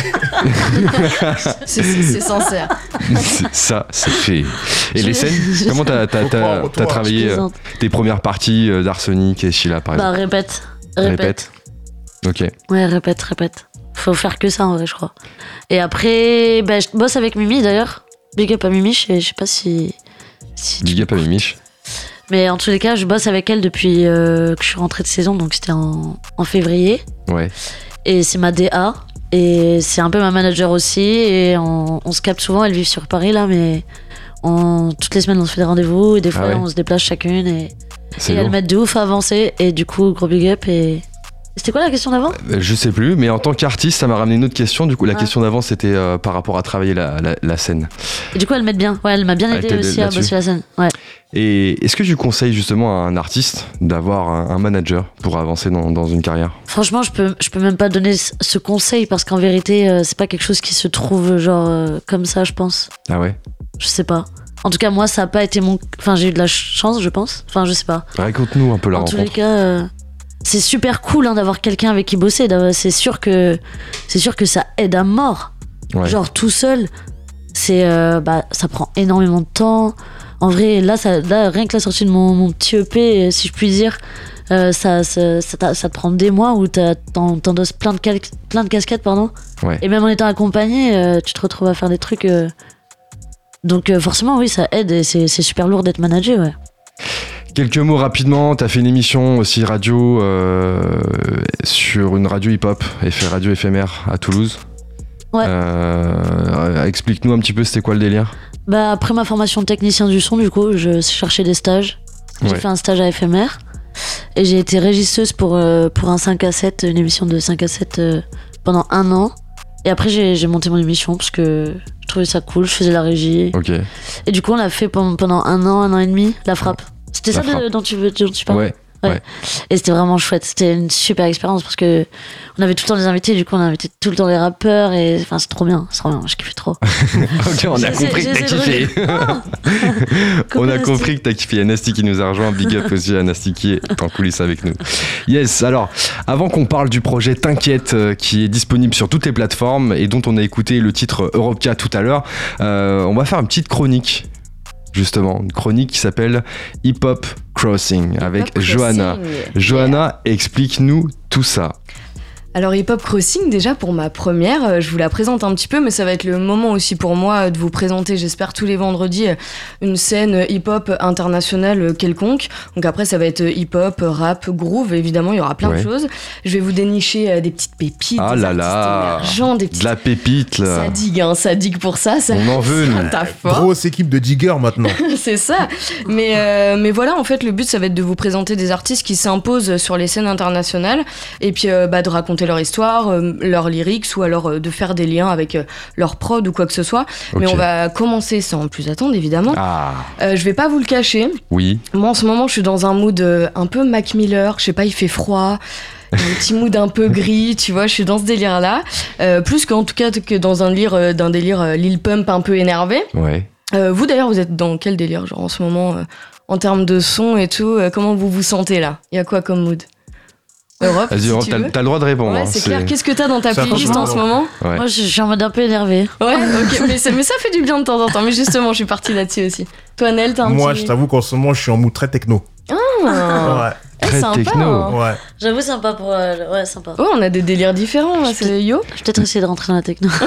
C'est- C'est c'est sincère. C'est- Ça, c'est fait. Et Je- les scènes Comment t'as t'as- Faut t'as- croire au t'as toit. travaillé Je euh, plaisante. tes premières parties euh, d'Arsenic et Sheila par Bah, exemple répète. Répète. Ok. Ouais, répète, répète. Faut faire que ça en vrai, je crois. Et après, bah, je bosse avec Mimi d'ailleurs. Big up à Mimi, je sais, je sais pas si. si tu Big up à Mimiche. Mais en tous les cas, je bosse avec elle depuis euh, que je suis rentrée de saison, donc c'était en, en février. Ouais. Et c'est ma D A. Et c'est un peu ma manager aussi. Et on, on se capte souvent, elle vit sur Paris là, mais on, toutes les semaines on se fait des rendez-vous. Et des fois Ah ouais. on se déplace chacune. Et, C'est et lourd. elle m'aide de ouf à avancer. Et du coup, gros big up. Et. C'était quoi la question d'avant? Euh, Je sais plus, mais en tant qu'artiste, ça m'a ramené une autre question. Du coup, la Ah. question d'avant, c'était euh, par rapport à travailler la, la, la scène. Et du coup, elle m'aide bien. Ouais, elle m'a bien Elle aidé t'aide aussi à là-dessus. bosser la scène. Ouais. Et est-ce que tu conseilles justement à un artiste d'avoir un, un manager pour avancer dans, dans une carrière ? Franchement, je peux, je peux même pas donner ce ce conseil parce qu'en vérité, euh, c'est pas quelque chose qui se trouve genre euh, comme ça, je pense. Ah ouais ? Je sais pas. En tout cas, moi, ça a pas été mon. Enfin, j'ai eu de la chance, je pense. Enfin, je sais pas. Raconte-nous un peu la en tous les rencontre. cas, euh, c'est super cool hein, d'avoir quelqu'un avec qui bosser. d'avoir- C'est sûr que c'est sûr que ça aide à mort. Ouais. Genre tout seul, c'est euh, bah ça prend énormément de temps. En vrai, là, ça, là rien que la sortie de mon, mon petit E P, euh, si je puis dire, euh, ça, ça, ça, t'a- ça te prend des mois où t'as- t'en- t'endosses plein de, cal- plein de casquettes, pardon. Ouais. Et même en étant accompagné, euh, tu te retrouves à faire des trucs. euh, Donc euh, forcément, oui, ça aide et c'est c'est super lourd d'être managé, ouais. Quelques mots rapidement, t'as fait une émission aussi radio euh, sur une radio hip-hop, effet radio éphémère à Toulouse. Ouais. Euh, explique-nous un petit peu c'était quoi le délire. Bah après ma formation de technicien du son, du coup, je cherchais des stages. J'ai Ouais. fait un stage à F M R et j'ai été régisseuse pour, euh, pour un cinq à sept, une émission de cinq à sept euh, pendant un an. Et après j'ai j'ai monté mon émission parce que je trouvais ça cool, je faisais la régie. Ok. Et du coup on l'a fait pendant, pendant un an, un an et demi, la frappe. C'était La ça frappe. de, dont tu veux dont tu parles. Ouais. Ouais. Ouais. Et c'était vraiment chouette. C'était une super expérience parce que on avait tout le temps des invités. Du coup, on invité tout le temps des rappeurs et enfin, c'est trop bien. C'est trop bien. Je kiffais trop. Ok, on a J'essaie- compris que t'as j'essaie de kiffé. regarder- On a Nasty. compris que t'as kiffé. Il y a Nasty qui nous a rejoint. Big up aussi à Nasty qui est en coulisses avec nous. Yes, alors, avant qu'on parle du projet T'inquiète, euh, qui est disponible sur toutes les plateformes et dont on a écouté le titre Europca tout à l'heure, euh, on va faire une petite chronique. Justement, une chronique qui s'appelle Hip Hop Crossing avec Hip-Hop Johanna. Crossing. Johanna, explique-nous tout ça. Alors Hip Hop Crossing, déjà pour ma première, euh, je vous la présente un petit peu, mais ça va être le moment aussi pour moi euh, de vous présenter, j'espère tous les vendredis, euh, une scène euh, hip-hop internationale euh, quelconque. Donc après ça va être euh, hip-hop, euh, rap, groove, évidemment il y aura plein Ouais. de choses. Je vais vous dénicher euh, des petites pépites, Ah des là artistes là, émergents, des de petites... la pépite là. Ça digue, hein, ça digue pour ça, ça, On en veut, ça nous. taffe fort. Grosse équipe de diggers maintenant. C'est ça. Mais, euh, mais voilà, en fait, le but, ça va être de vous présenter des artistes qui s'imposent sur les scènes internationales et puis euh, bah, de raconter leur histoire, euh, leurs lyrics ou alors euh, de faire des liens avec euh, leur prod ou quoi que ce soit. Mais Ok. on va commencer sans plus attendre, évidemment. Ah, Euh, je vais pas vous le cacher. oui. Moi, en ce moment, je suis dans un mood euh, un peu Mac Miller. Je sais pas, il fait froid. Il y a un petit mood un peu gris, tu vois, je suis dans ce délire-là. Euh, plus qu'en tout cas que dans un délire, euh, d'un délire euh, Lil Pump un peu énervé. Ouais. Euh, vous d'ailleurs, vous êtes dans quel délire, genre en ce moment, euh, en termes de son et tout, euh, comment vous vous sentez là? Il y a quoi comme mood? Europe, Vas-y, si Europe, tu t'as veux. t'as le droit de répondre. Ouais, hein, c'est clair. Qu'est-ce que t'as dans ta Ça, playlist en ce franchement, moment? Ouais. Moi, je, je suis en mode un peu énervé. Ouais, ok, mais, ça- mais ça fait du bien de temps en temps. Mais justement, je suis partie là-dessus aussi. Toi, Nel, t'as un Moi, petit... je t'avoue qu'en ce moment, je suis en mood très techno. Ah, Ouais. Très sympa, techno. hein. Ouais. J'avoue, sympa pour. euh, le- ouais, sympa. Oh, on a des délires différents, là, Je c'est yo. Je vais peut-être essayer de rentrer dans la techno. Je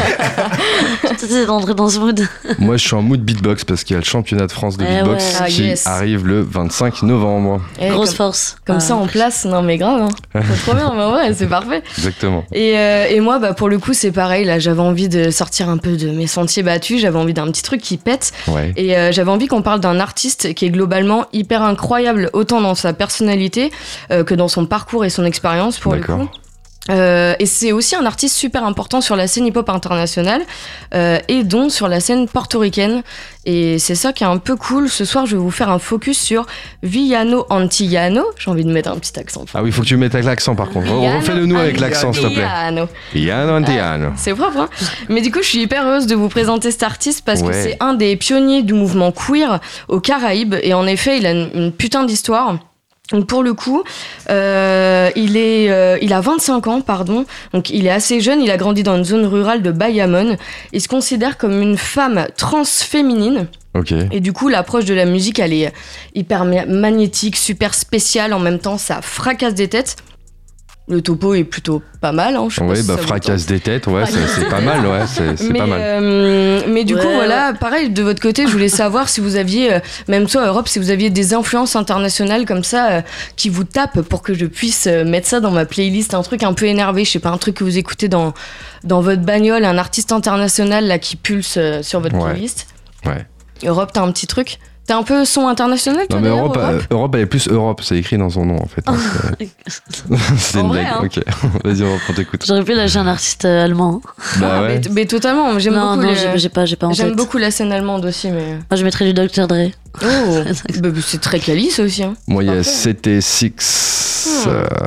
vais peut-être essayer de rentrer dans ce mood. Moi, je suis en mood beatbox parce qu'il y a le championnat de France de Eh beatbox ouais. Ah, qui yes. arrive le vingt-cinq novembre. Eh, Grosse comme, force. comme Ah. ça, en place, non mais grave, hein. C'est trop bien, bah ouais, c'est parfait. Exactement. Et, euh, et moi, bah, pour le coup, c'est pareil. Là, j'avais envie de sortir un peu de mes sentiers battus. J'avais envie d'un petit truc qui pète. Ouais. Et euh, j'avais envie qu'on parle d'un artiste qui est globalement hyper incroyable, autant dans sa personnalité euh, que dans son parcours et son expérience, pour le D'accord. coup. Euh, et c'est aussi un artiste super important sur la scène hip-hop internationale euh, et donc sur la scène portoricaine. Et c'est ça qui est un peu cool. Ce soir, je vais vous faire un focus sur Villano Antillano. J'ai envie de mettre un petit accent. Ah oui, faut que tu mettes avec l'accent par contre. Villano Refais-le nous avec l'accent, s'il te plaît. Antillano. Piano Antiano. C'est propre, hein. Mais du coup, je suis hyper heureuse de vous présenter cet artiste parce Ouais. que c'est un des pionniers du mouvement queer aux Caraïbes. Et en effet, il a une, une putain d'histoire. Donc pour le coup, euh, il, est, euh, il a vingt-cinq ans, pardon. Donc il est assez jeune, il a grandi dans une zone rurale de Bayamon. Il se considère comme une femme transféminine. Ok. Et du coup, l'approche de la musique, elle est hyper ma- magnétique, super spéciale. En même temps, ça fracasse des têtes. Le topo est plutôt pas mal, hein. Je sais pas Ouais, si bah ça vous fracasse des têtes, ouais, c'est c'est pas mal, ouais, c'est c'est mais, pas mal. euh, mais du Ouais, coup, voilà, pareil, de votre côté, je voulais savoir si vous aviez, euh, même toi, Europe, si vous aviez des influences internationales comme ça euh, qui vous tapent pour que je puisse euh, mettre ça dans ma playlist, un truc un peu énervé, je sais pas, un truc que vous écoutez dans, dans votre bagnole, un artiste international là qui pulse euh, sur votre Ouais. playlist. Ouais. Europe, t'as un petit truc? T'as un peu son international, toi, Non mais d'ailleurs, Europe, euh, Europe, elle est plus Europe, c'est écrit dans son nom en fait. hein, c'est- C'est En une vrai, blague, hein. ok. Vas-y Europe, on t'écoute. J'aurais pu lâcher un artiste euh, allemand. Bah Ah, ouais. mais, mais totalement, j'aime Non, beaucoup, non, le- j'ai j'ai pas, j'ai pas en j'aime tête. beaucoup la scène allemande aussi, mais... Moi, je mettrais du docteur Dre. Oh, bah, c'est très quali, ça aussi, hein. Moi, il y a Parfait. C T six, Hmm. euh,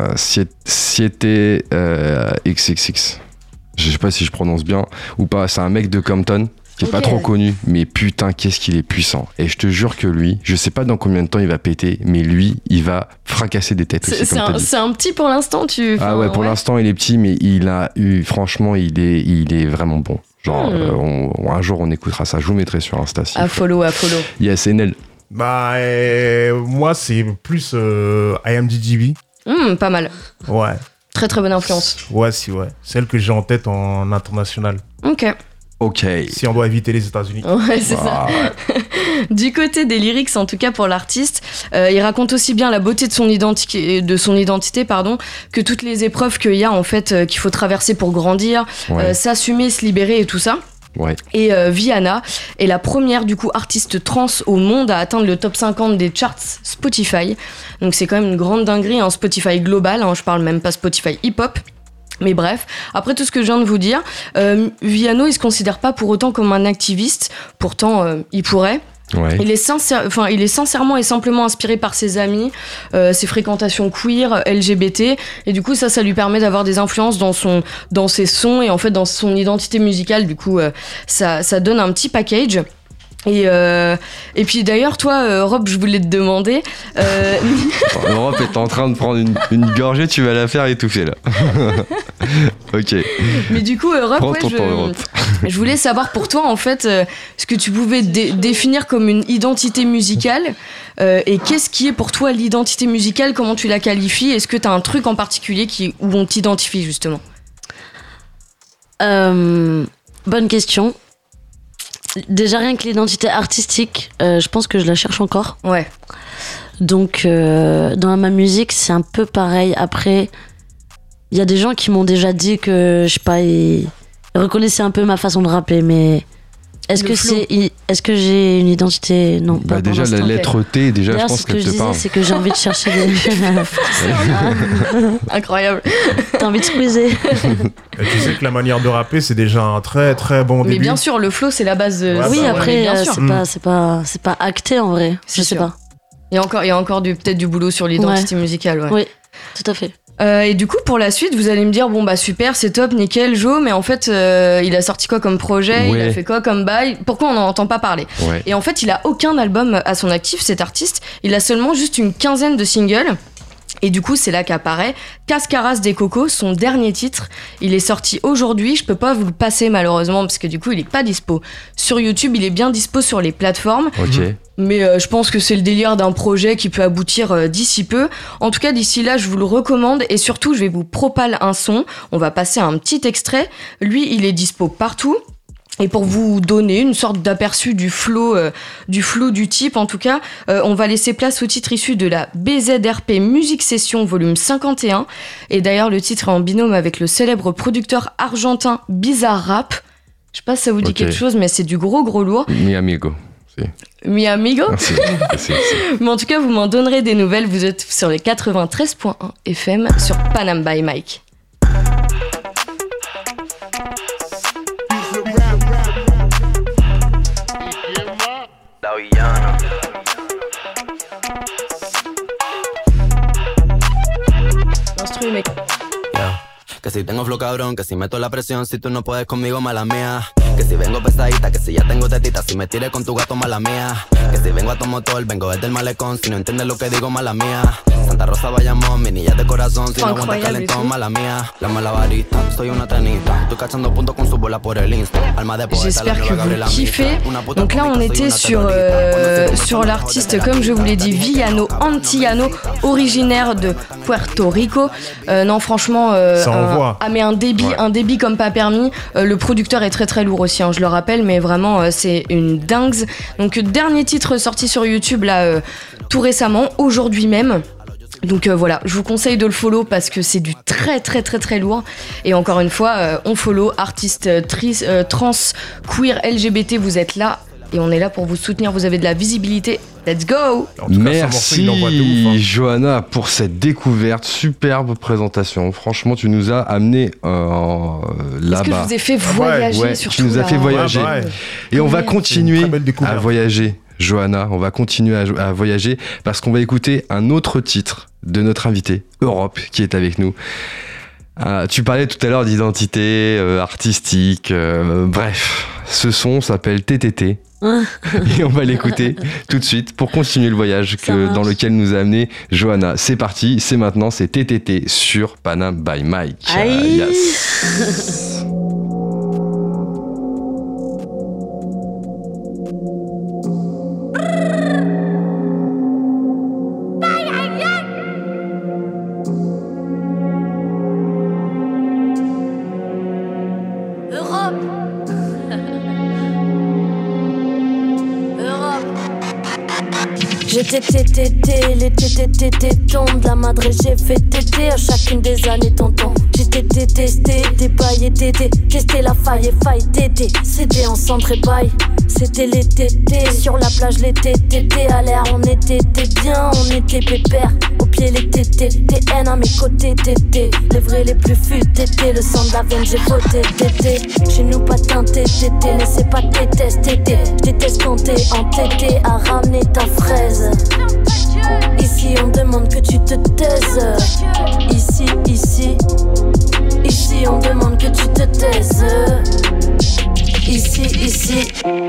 Siete euh, X X X. Je sais pas si je prononce bien ou pas. C'est un mec de Compton qui est pas Ok. trop connu, mais putain, qu'est-ce qu'il est puissant. Et je te jure que lui, je sais pas dans combien de temps il va péter, mais lui, il va fracasser des têtes C'est aussi, c'est comme t'as un, dit. c'est un petit pour l'instant, tu... Ah ouais, pour l'instant, il est petit, mais il a eu, franchement, il est, il est vraiment bon. Genre, Hmm. euh, on- un jour, on écoutera ça. Je vous mettrai sur Insta. s'il À faut. follow, à follow. Yes, Enel. Bah, euh, moi, c'est plus euh, I M D G B. Hmm, pas mal. Ouais. Très très bonne influence. Ouais, si, ouais. Celle que j'ai en tête en international. Ok. Ok. Si on doit éviter les États-Unis. Ouais, c'est ça. Ah, Du côté des lyrics, en tout cas pour l'artiste, euh, il raconte aussi bien la beauté de son identité, de son identité, pardon, que toutes les épreuves qu'il y a en fait euh, qu'il faut traverser pour grandir, ouais, euh, s'assumer, se libérer et tout ça. ouais. Et euh, Viana est la première du coup artiste trans au monde à atteindre le top cinquante des charts Spotify. Donc c'est quand même une grande dinguerie, hein, Spotify global, hein, je parle même pas Spotify hip-hop. Mais bref, après tout ce que je viens de vous dire, euh, Viano il se considère pas pour autant comme un activiste, pourtant euh, il pourrait. Ouais. Il est sincère, enfin, il est sincèrement et simplement inspiré par ses amis, euh, ses fréquentations queer, L G B T, et du coup ça, ça lui permet d'avoir des influences dans son, dans ses sons et en fait dans son identité musicale. Du coup, euh, ça, ça donne un petit package. Et, euh, et puis d'ailleurs, toi, euh, Rob, je voulais te demander. Euh... Europe est en train de prendre une, une gorgée, tu vas la faire étouffer là. Ok. Mais du coup, Europe, Prends ouais, ton je, temps, Europe. je voulais savoir pour toi, en fait, euh, ce que tu pouvais dé- définir comme une identité musicale euh, et qu'est-ce qui est pour toi l'identité musicale, comment tu la qualifies, est-ce que tu as un truc en particulier qui, où on t'identifie justement? Euh, bonne question. Déjà rien que l'identité artistique, euh, je pense que je la cherche encore. Ouais. Donc euh, dans ma musique c'est un peu pareil. Après il y a des gens qui m'ont déjà dit que je sais pas, ils reconnaissaient un peu ma façon de rapper, mais est-ce Le que flow. c'est est-ce que j'ai une identité? Non, pas Bah pour déjà la l'instant. lettre T, déjà je D'ailleurs, pense ce que qu'elle je te disais, parle. c'est que j'ai envie de chercher des. Incroyable. T'as envie de squeezer. Et tu sais que la manière de rapper, c'est déjà un très très bon Mais début. bien sûr, le flow, c'est la base. De... Ouais, oui, bah, après, mais bien euh, sûr. c'est pas, c'est pas, c'est pas acté en vrai. C'est Je sais sûr. pas. Il y a encore, il y a encore du, peut-être du boulot sur l'identité musicale. Ouais. Oui, tout à fait. Euh, et du coup, pour la suite, vous allez me dire, bon bah super, c'est top, nickel, Joe, mais en fait, euh, il a sorti quoi comme projet, il Ouais. a fait quoi comme bail, pourquoi on n'en entend pas parler? Ouais. Et en fait, il a aucun album à son actif, cet artiste, il a seulement juste une quinzaine de singles. Et du coup, c'est là qu'apparaît Cascaras des Cocos, son dernier titre. Il est sorti aujourd'hui, je peux pas vous le passer malheureusement, parce que du coup, il est pas dispo sur YouTube, il est bien dispo sur les plateformes. Ok. Mais euh, je pense que c'est le délire d'un projet qui peut aboutir euh, d'ici peu. En tout cas, d'ici là, je vous le recommande et surtout, je vais vous propale un son. On va passer un petit extrait. Lui, il est dispo partout. Et pour vous donner une sorte d'aperçu du flow, euh, du flow du type, en tout cas, euh, on va laisser place au titre issu de la B Z R P Music Session volume cinquante et un. Et d'ailleurs, le titre est en binôme avec le célèbre producteur argentin Bizarre Rap. Je sais pas si ça vous dit Ok. quelque chose, mais c'est du gros gros lourd. Mi amigo. Si. Mi amigo. Ah, si. Si, si. Mais en tout cas, vous m'en donnerez des nouvelles. Vous êtes sur les quatre-vingt-treize point un F M sur Panam by Mike. La villana. Instru, mec. Yeah. Que si tengo flow cabrón, que si meto la presión, si tú no puedes conmigo, mala mía. Que si vengo pesadita, que si ya tengo tetita, si me tires con tu gato, mala mía. Que si vengo a tu motor, vengo desde el malecón, si no entiendes lo que digo, mala mía. Santa Rosa, Bayamón, mi niña de corazón, si no aguanta Incroyable, calentón, sí. mala mía. La malabarista, soy una tenista, estoy cachando puntos con su bola por el Insta. Alma de poeta, la J'espère que nueva vous Gabriela kiffez. Mistral. Una puta Donc là, on cómica, soy était una sur, terrorista. euh, Cuando se sur me l'artiste, pone comme je vous l'ai dit, Villano Antillano, originaire de Puerto Rico. Euh, non, franchement, euh, Ça un, envoie. ah, mais un débit, Ouais. un débit comme pas permis. Euh, le producteur est très très lourd aussi, hein, je le rappelle, mais vraiment, euh, c'est une dingue. Donc, dernier titre sorti sur YouTube là, euh, tout récemment, aujourd'hui même. Donc euh, voilà, je vous conseille de le follow parce que c'est du très très très très lourd. Et encore une fois, euh, on follow artistes euh, tris- euh, trans, queer, L G B T, vous êtes là et on est là pour vous soutenir, vous avez de la visibilité. Let's go! En tout cas, ce morceau, il l'envoie de Merci ouf, hein. Johanna pour cette découverte, superbe présentation. Franchement, tu nous as amené euh, Est-ce que je là-bas. vous ai fait Ah ouais, voyager ouais, surtout tu nous as là, fait hein. voyager. Ouais, bah ouais. Et on va Ouais. C'est une continuer très belle découverte. à voyager, Johanna. On va continuer à, à voyager parce qu'on va écouter un autre titre de notre invité, Europe, qui est avec nous. Euh, tu parlais tout à l'heure d'identité euh, artistique, euh, bref. Ce son s'appelle T T T. Et on va l'écouter tout de suite pour continuer le voyage Ça que, marche. dans lequel nous a amené Johanna. C'est parti, c'est maintenant, c'est T T T sur Panam by Mike. Aïe. Euh, yes. Europe. Europe. J'étais tétété, les tétété tombent. La madre j'ai fait tété à chacune des années tonton. J'étais détesté, débaillé, tété. Testé la faille et faille, tété. C'était en centre et bail. C'était les tétés. Sur la plage, les tétés à l'air. On était bien, on était pépère. Au pied, les tétés. T T, T N à mes côtés, T T. Les vrais les plus futés, T T. Le sang de la veine, j'ai voté, T T. Chez nous pas teinté, T T. N'essaie pas de test, T T. J'déteste quand t'es entêté à ramener ta fraise. Ici on demande que tu te taises. Ici, ici. Ici on demande que tu te taises. Ici, ici.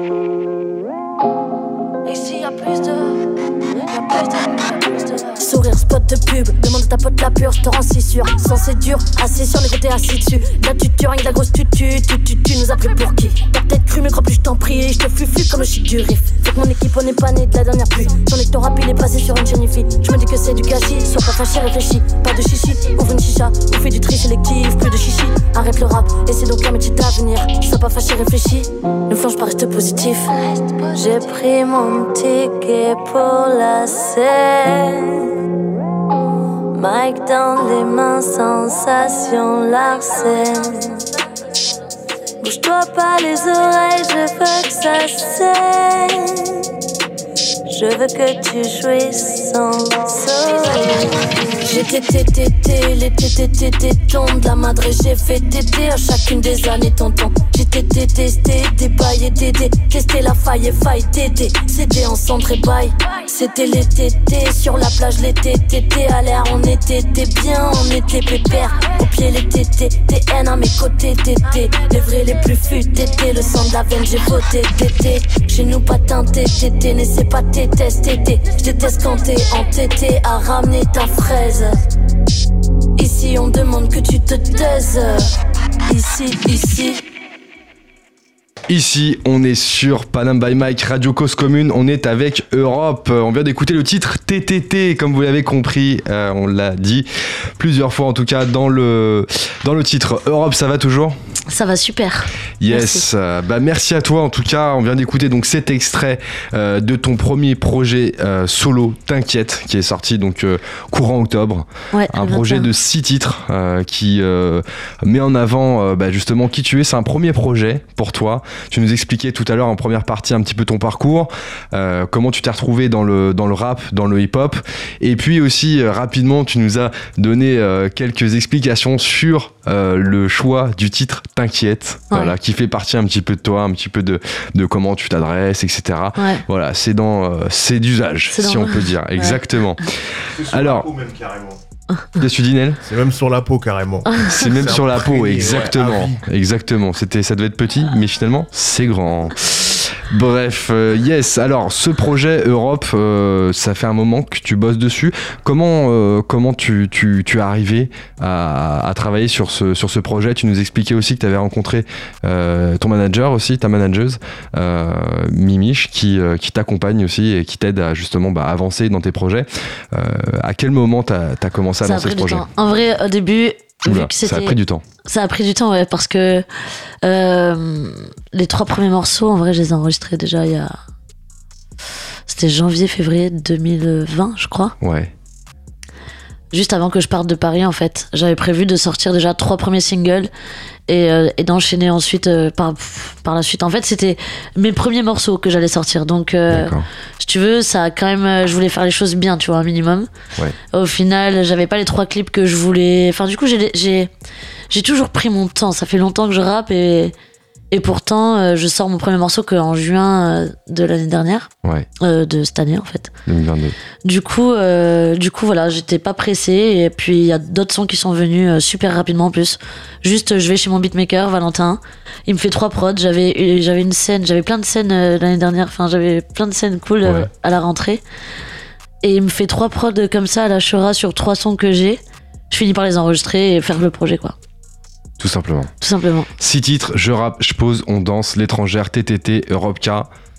Ici y'a plus de. Y'a plus de. Y'a plus de. Sourire, spot de pub, demande à ta pote la pure, je te rends si sûr. Sans c'est dur, assis sur les côtés, assis dessus. La tutu, rien que la grosse tutu, tu tu tu nous a pris pour qui? T'as peut-être cru, mais crois plus, je t'en prie. Je te fufu comme le shit du riff. Fait que mon équipe, on n'est pas né de la dernière pluie. J'en ai que ton rap, il est passé sur une chaîne fille. Je me dis que c'est du gâchis, sois pas fâché, réfléchis. Pas de chichi, ouvre une chicha, ou fais du tri sélectif, plus de chichi. Arrête le rap, et c'est donc un métier d'avenir. Sois pas fâché, réfléchis. Ne flanche pas, reste positif. J'ai pris mon ticket pour la scène. Mike dans les mains, sensation Larsen. Bouge-toi pas les oreilles, je veux que ça saigne. Je veux que tu jouisses sans soleil. J'ai tété tété, les tété tété tombent de la madre et j'ai fait tété à chacune des années tonton. J'ai tété testé, débaillé tété, testé la faille et faille tété. C'était en centre et bail, c'était les tétés sur la plage l'été tété à l'air on était bien, on était pépère. Au pied les tétés, T N à mes côtés tété. Les vrais les plus futés, tété, le sang de la veine j'ai voté tété. Chez nous pas teinté tété, n'essaie pas tété. Test, tété, j'déteste quand t'es entêté à ramener ta fraise. Ici on demande que tu te taises. Ici, ici. Ici, on est sur Panam by Mike, Radio Cause Commune, on est avec Europe. On vient d'écouter le titre T T T, comme vous l'avez compris, euh, on l'a dit plusieurs fois en tout cas dans le, dans le titre. Europe, ça va toujours ? Ça va super. Yes, merci. Euh, bah merci à toi en tout cas. On vient d'écouter donc cet extrait euh, de ton premier projet euh, solo, T'inquiète, qui est sorti donc euh, courant octobre. Ouais, un projet de six titres euh, qui euh, met en avant euh, bah, justement qui tu es. C'est un premier projet pour toi. Tu nous expliquais tout à l'heure en première partie un petit peu ton parcours, euh, comment tu t'es retrouvé dans le dans le rap, dans le hip-hop, et puis aussi euh, rapidement tu nous as donné euh, quelques explications sur euh, le choix du titre T'inquiète, ouais. Voilà, qui fait partie un petit peu de toi, un petit peu de, de comment tu t'adresses, et cetera. Ouais. Voilà, c'est dans euh, c'est d'usage, c'est si dans... on peut dire, ouais. Exactement. C'est sur Alors, la peau même carrément. Qu'est-ce que tu dis, Nel ? C'est même sur la peau carrément. C'est même c'est sur la peau, exactement, ouais, exactement. C'était, ça devait être petit, mais finalement c'est grand. Bref, euh, yes. Alors, ce projet Europe, euh, ça fait un moment que tu bosses dessus. Comment, euh, comment tu, tu, tu es arrivé à, à travailler sur ce, sur ce projet ? Tu nous expliquais aussi que tu avais rencontré euh, ton manager aussi, ta manageuse, euh, Mimiche, qui, euh, qui t'accompagne aussi et qui t'aide à justement bah, avancer dans tes projets. Euh, à quel moment tu as commencé à ça lancer ce projet ? En vrai, au début... Oula, ça a pris du temps. Ça a pris du temps, ouais, parce que euh, les trois premiers morceaux, en vrai, je les ai enregistrés déjà il y a... C'était janvier, février deux mille vingt, je crois. Ouais. Juste avant que je parte de Paris, en fait. J'avais prévu de sortir déjà trois premiers singles et, euh, et d'enchaîner ensuite euh, par, par la suite. En fait, c'était mes premiers morceaux que j'allais sortir. Donc, euh, si tu veux, ça a quand même... Je voulais faire les choses bien, tu vois, un minimum. Ouais. Au final, j'avais pas les trois clips que je voulais... Enfin, du coup, j'ai, j'ai, j'ai toujours pris mon temps. Ça fait longtemps que je rappe et... Et pourtant, euh, je sors mon premier morceau qu'en juin euh, de l'année dernière. Ouais. Euh, de cette année, en fait. deux mille vingt-deux. Du coup, euh, du coup, voilà, j'étais pas pressée. Et puis, il y a d'autres sons qui sont venus euh, super rapidement en plus. Juste, je vais chez mon beatmaker, Valentin. Il me fait trois prods. J'avais, j'avais une scène, j'avais plein de scènes euh, l'année dernière. Enfin, j'avais plein de scènes cool euh, ouais. à la rentrée. Et il me fait trois prods comme ça à la Chora sur trois sons que j'ai. Je finis par les enregistrer et faire le projet, quoi. Tout simplement. Tout simplement. Six titres, je rappe, je pose, on danse, l'étrangère, T T T, Europe K.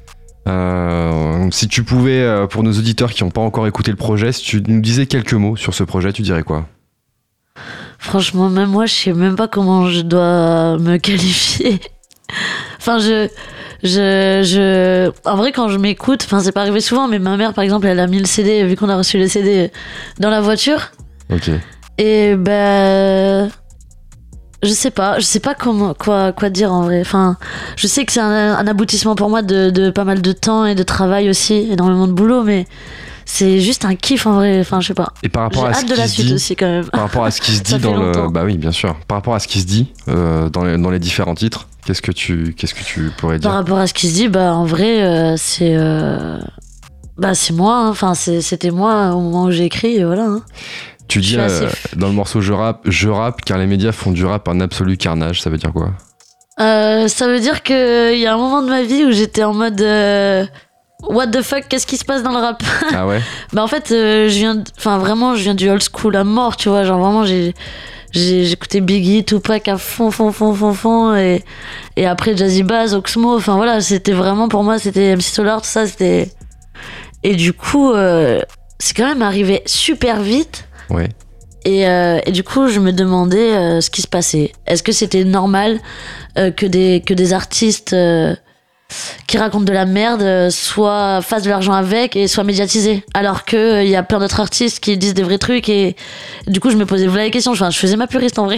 Euh, si tu pouvais, euh, pour nos auditeurs qui n'ont pas encore écouté le projet, si tu nous disais quelques mots sur ce projet, tu dirais quoi ? Franchement, même moi, je sais même pas comment je dois me qualifier. Enfin, je... Je, je, en vrai, quand je m'écoute, enfin, c'est pas arrivé souvent, mais ma mère, par exemple, elle a mis le C D, vu qu'on a reçu le C D dans la voiture. Ok. Et ben... Je sais pas, je sais pas comment, quoi, quoi dire en vrai. Enfin, je sais que c'est un, un aboutissement pour moi de, de pas mal de temps et de travail aussi, énormément de boulot, mais c'est juste un kiff en vrai. Enfin, je sais pas. Et par rapport J'ai à ce hâte de qui la se suite dit, aussi quand même. par rapport à ce qui se Ça dit fait dans le, longtemps. bah oui, bien sûr. Par rapport à ce qui se dit euh, dans, les, dans les différents titres, qu'est-ce que tu, qu'est-ce que tu pourrais dire? Par rapport à ce qui se dit, bah en vrai, euh, c'est, euh, bah c'est moi. hein. Enfin, c'est- c'était moi au moment où j'ai écrit. Et voilà. hein. Tu je dis suis euh, assez f- dans le morceau je rappe, je rappe car les médias font du rap un absolu carnage. Ça veut dire quoi? Euh, ça veut dire qu'il y a un moment de ma vie où j'étais en mode euh, what the fuck, qu'est-ce qui se passe dans le rap? Ah ouais? Bah en fait, euh, je viens, de- enfin vraiment, je viens du old school à mort, tu vois, genre vraiment j'ai, j'ai j'écoutais Biggie, Tupac à fond, fond, fond, fond, fond, et et après Jazzy Bass, Oxmo, enfin voilà, c'était vraiment pour moi, c'était M C Solar, tout ça, c'était, et du coup, euh, c'est quand même arrivé super vite. Ouais. Et, euh, et du coup, je me demandais euh, ce qui se passait. Est-ce que c'était normal euh, que, des, que des artistes euh, qui racontent de la merde euh, soient fassent de l'argent avec et soient médiatisés, alors que euh, il y a plein d'autres artistes qui disent des vrais trucs, et du coup, je me posais voilà les questions. Enfin, je faisais ma puriste en vrai.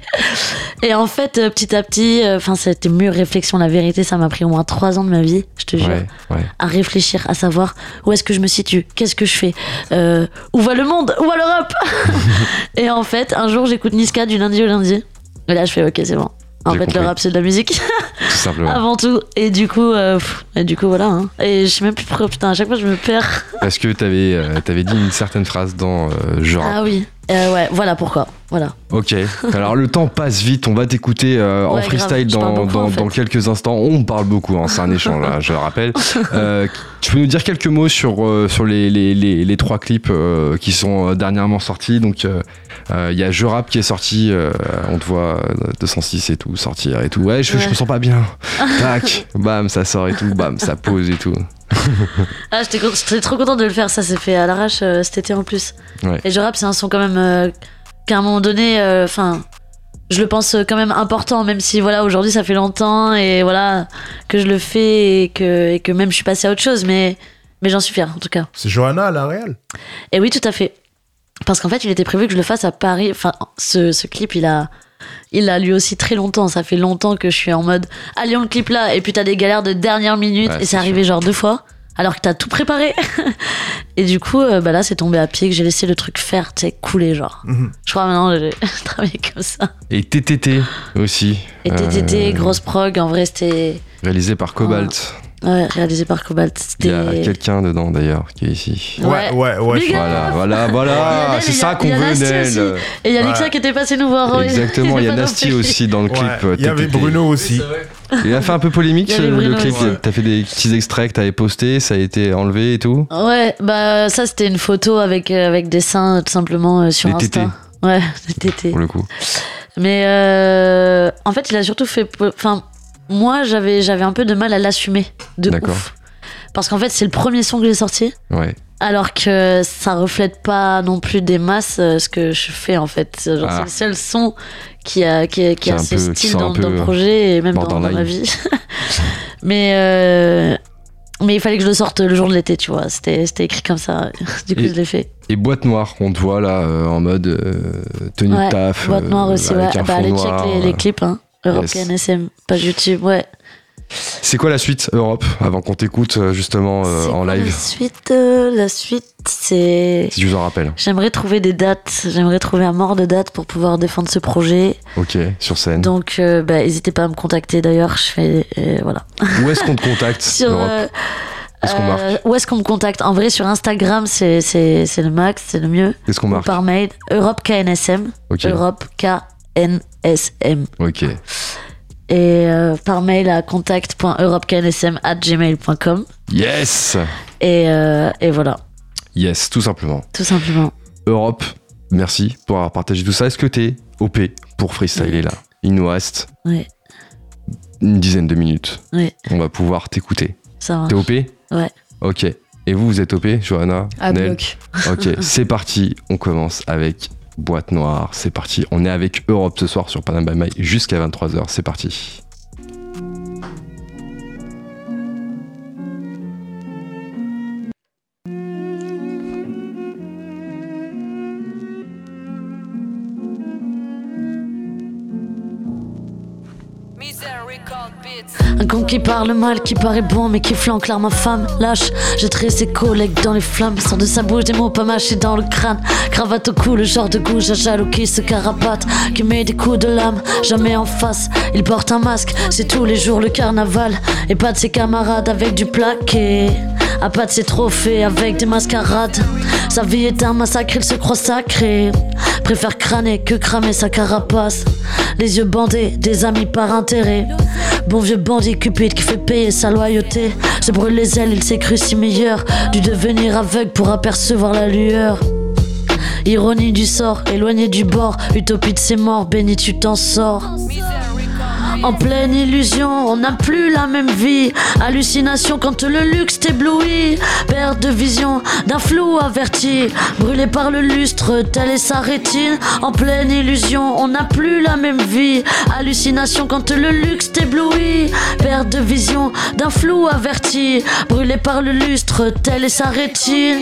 Et en fait, euh, petit à petit, enfin, c'était mûre réflexion. La vérité, ça m'a pris au moins trois ans de ma vie, je te jure, Ouais, ouais. à réfléchir, à savoir où est-ce que je me situe, qu'est-ce que je fais, euh, où va le monde, où va l'Europe. Et en fait, un jour, j'écoute Niska du lundi au lundi. Et là, je fais ok, c'est bon. En J'ai fait, compris. le rap, c'est de la musique Tout simplement. avant tout. Et du coup, euh, pff, et du coup, voilà. hein. Et je sais même plus pourquoi. Putain, à chaque fois, je me perds. Parce que t'avais, euh, t'avais dit une certaine phrase dans euh, je rappe. Ah oui. Euh, ouais, voilà pourquoi. Voilà. Ok. Alors le temps passe vite. On va t'écouter euh, en Ouais, freestyle grave, je dans, parle beaucoup, dans, en fait. dans quelques instants. On parle beaucoup. Hein, c'est un échange. Là, je le rappelle. Euh, tu peux nous dire quelques mots sur euh, sur les, les, les, les trois clips euh, qui sont euh, dernièrement sortis. Donc il euh, euh, y a Je rappe qui est sorti. Euh, on te voit euh, deux cent six et tout sortir et tout. Ouais, je, je Ouais. me sens pas bien. Tac. Bam, ça sort et tout. Bam, ça pose et tout. Ah, j'étais, con- j'étais trop contente de le faire. Ça s'est fait à l'arrache euh, cet été en plus. Ouais. Et je rappe, c'est un son quand même euh, qu'à un moment donné, enfin, je le pense quand même important, même si voilà, aujourd'hui ça fait longtemps et voilà que je le fais et que, et que même je suis passée à autre chose, mais, mais j'en suis fière en tout cas. C'est Johanna à la réal. Et oui, tout à fait. Parce qu'en fait, il était prévu que je le fasse à Paris. Enfin, ce, ce clip, il a, il a lui aussi très longtemps. Ça fait longtemps que je suis en mode, allez, on le clip là. Et puis t'as des galères de dernière minute. Ouais, et c'est c'est arrivé genre deux fois. Alors que t'as tout préparé. Et du coup, euh, bah là, c'est tombé à pied que j'ai laissé le truc faire, tu sais, couler, genre. Mhm. Je crois maintenant, j'ai travaillé comme ça. Et T T T aussi. Et T T T, Euh, grosse prog, en vrai, c'était. Réalisé par Cobalt. Ouais, réalisé par Cobalt. Il y a C'était. quelqu'un dedans d'ailleurs qui est ici. Ouais, ouais, ouais. Big je- up. Voilà, voilà, Il y voilà, a c'est Nel, ça il y qu'on a- il y a veut, Nasty Nel. aussi. Et il y a Ouais. Lexa qui était passé nous voir. oui. Exactement, il y a pas Nasty compris. aussi dans le clip. Ouais. euh, Il y avait T T T. Bruno aussi. Il a fait un peu polémique Il y avait le Bruno clip. aussi. T'as fait des petits extraits que t'avais postés, ça a été enlevé et tout. Ouais, bah ça c'était une photo avec, euh, avec des seins tout simplement euh, sur Des Insta. tétés. Ouais, des tétés. Pour le coup. Mais euh, en fait, il a surtout fait. Enfin, moi j'avais j'avais un peu de mal à l'assumer. De D'accord. ouf. Parce qu'en fait, c'est le premier son que j'ai sorti. Ouais. Alors que ça reflète pas non plus des masses euh, ce que je fais en fait. Genre, Ah. c'est le seul son qui a, qui a, qui Qui a est un ce peu- qui style sort un dans, peu, dans le projet et même dans, dans borderline. ma vie. mais, euh, mais il fallait que je le sorte le jour de l'été, tu vois. C'était c'était écrit comme ça. Du coup, Et- je l'ai fait. Et Boîte Noire, on te voit là euh, en mode euh, tenue Ouais, de taf. Boîte euh, noire aussi, ouais. avec un Bah, fond allez noir, check les, les euh. clips, hein. Europe Yes. K N S M, page YouTube, ouais. C'est quoi la suite Europe avant qu'on t'écoute euh, justement euh, C'est en quoi live La suite, euh, la suite, c'est. Si tu t'en rappelles. J'aimerais trouver des dates, j'aimerais trouver un mort de date pour pouvoir défendre ce projet. Ok, sur scène. Donc, euh, bah, n'hésitez pas à me contacter d'ailleurs, je fais. euh, voilà. Où est-ce qu'on te contacte Sur, Europe euh, Qu'est-ce qu'on euh, marque où est-ce qu'on me contacte En vrai, sur Instagram, c'est, c'est, c'est le max, c'est le mieux. Qu'est-ce qu'on Ou marque par mail, Europe K N S M. Ok. Europe K N S M. Ok. Et euh, par mail à contact point europe k n s m arobase gmail point com. Yes Et, euh, et voilà, Yes, tout simplement. tout simplement. Europe, merci pour avoir partagé tout ça. Est-ce que t'es O P pour freestyler là? Il nous reste Ouais, une dizaine de minutes. ouais, On va pouvoir t'écouter. ça va. T'es O P? Ouais. Ok. Et vous, vous êtes O P, Johanna? À Nel? bloc. Ok, c'est parti. On commence avec Boîte Noire. C'est parti. On est avec Europe ce soir sur Panam by Mike jusqu'à vingt-trois heures. C'est parti. Un con qui parle mal, qui paraît bon mais qui flanque l'arme femme. Lâche, jetterai ses collègues dans les flammes. Sort de sa bouche des mots pas mâchés dans le crâne. Cravate au cou, le genre de goût, jaloux qui se carapate, qui met des coups de lame, jamais en face. Il porte un masque, c'est tous les jours le carnaval. Et pas de ses camarades avec du plaqué, à pas de ses trophées avec des mascarades. Sa vie est un massacre, il se croit sacré. Préfère crâner que cramer sa carapace. Les yeux bandés, des amis par intérêt. Bon vieux bandit cupide qui fait payer sa loyauté. Se brûle les ailes, il s'est cru si meilleur. Du devenir aveugle pour apercevoir la lueur. Ironie du sort, éloigné du bord. Utopie de ses morts, béni tu t'en sors. En pleine illusion, on n'a plus la même vie. Hallucination quand le luxe t'éblouit. Perte de vision d'un flou averti. Brûlé par le lustre, telle est sa rétine. En pleine illusion, on n'a plus la même vie. Hallucination quand le luxe t'éblouit. Perte de vision d'un flou averti. Brûlé par le lustre, telle est sa rétine.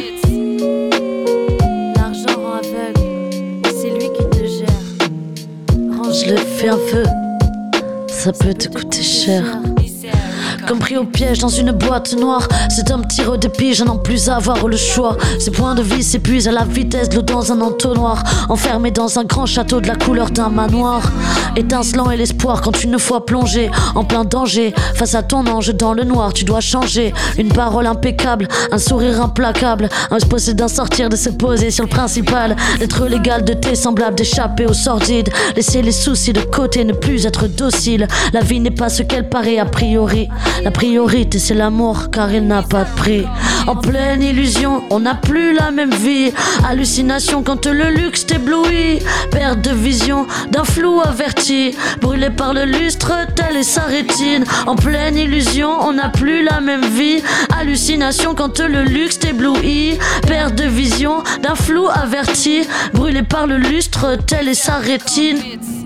L'argent rend aveugle, c'est lui qui te gère. Range-le, fais un feu, ça peut te coûter cher. Comme pris au piège dans une boîte noire. Cet homme tire au dépit, je n'en plus à avoir le choix. Ses points de vie s'épuisent à la vitesse de l'eau dans un entonnoir. Enfermé dans un grand château de la couleur d'un manoir. Étincelant est l'espoir quand une fois plongé en plein danger. Face à ton ange dans le noir, tu dois changer. Une parole impeccable, un sourire implacable. Un se posséder d'un sortir, de se poser sur le principal. D'être l'égal de tes semblables, d'échapper au sordide. Laisser les soucis de côté, ne plus être docile. La vie n'est pas ce qu'elle paraît a priori. La priorité c'est l'amour car il n'a pas de prix. En pleine illusion, on n'a plus la même vie. Hallucination quand le luxe t'éblouit. Perte de vision d'un flou averti. Brûlé par le lustre, telle est sa rétine. En pleine illusion, on n'a plus la même vie. Hallucination quand le luxe t'éblouit. Perte de vision d'un flou averti. Brûlé par le lustre, telle est sa rétine.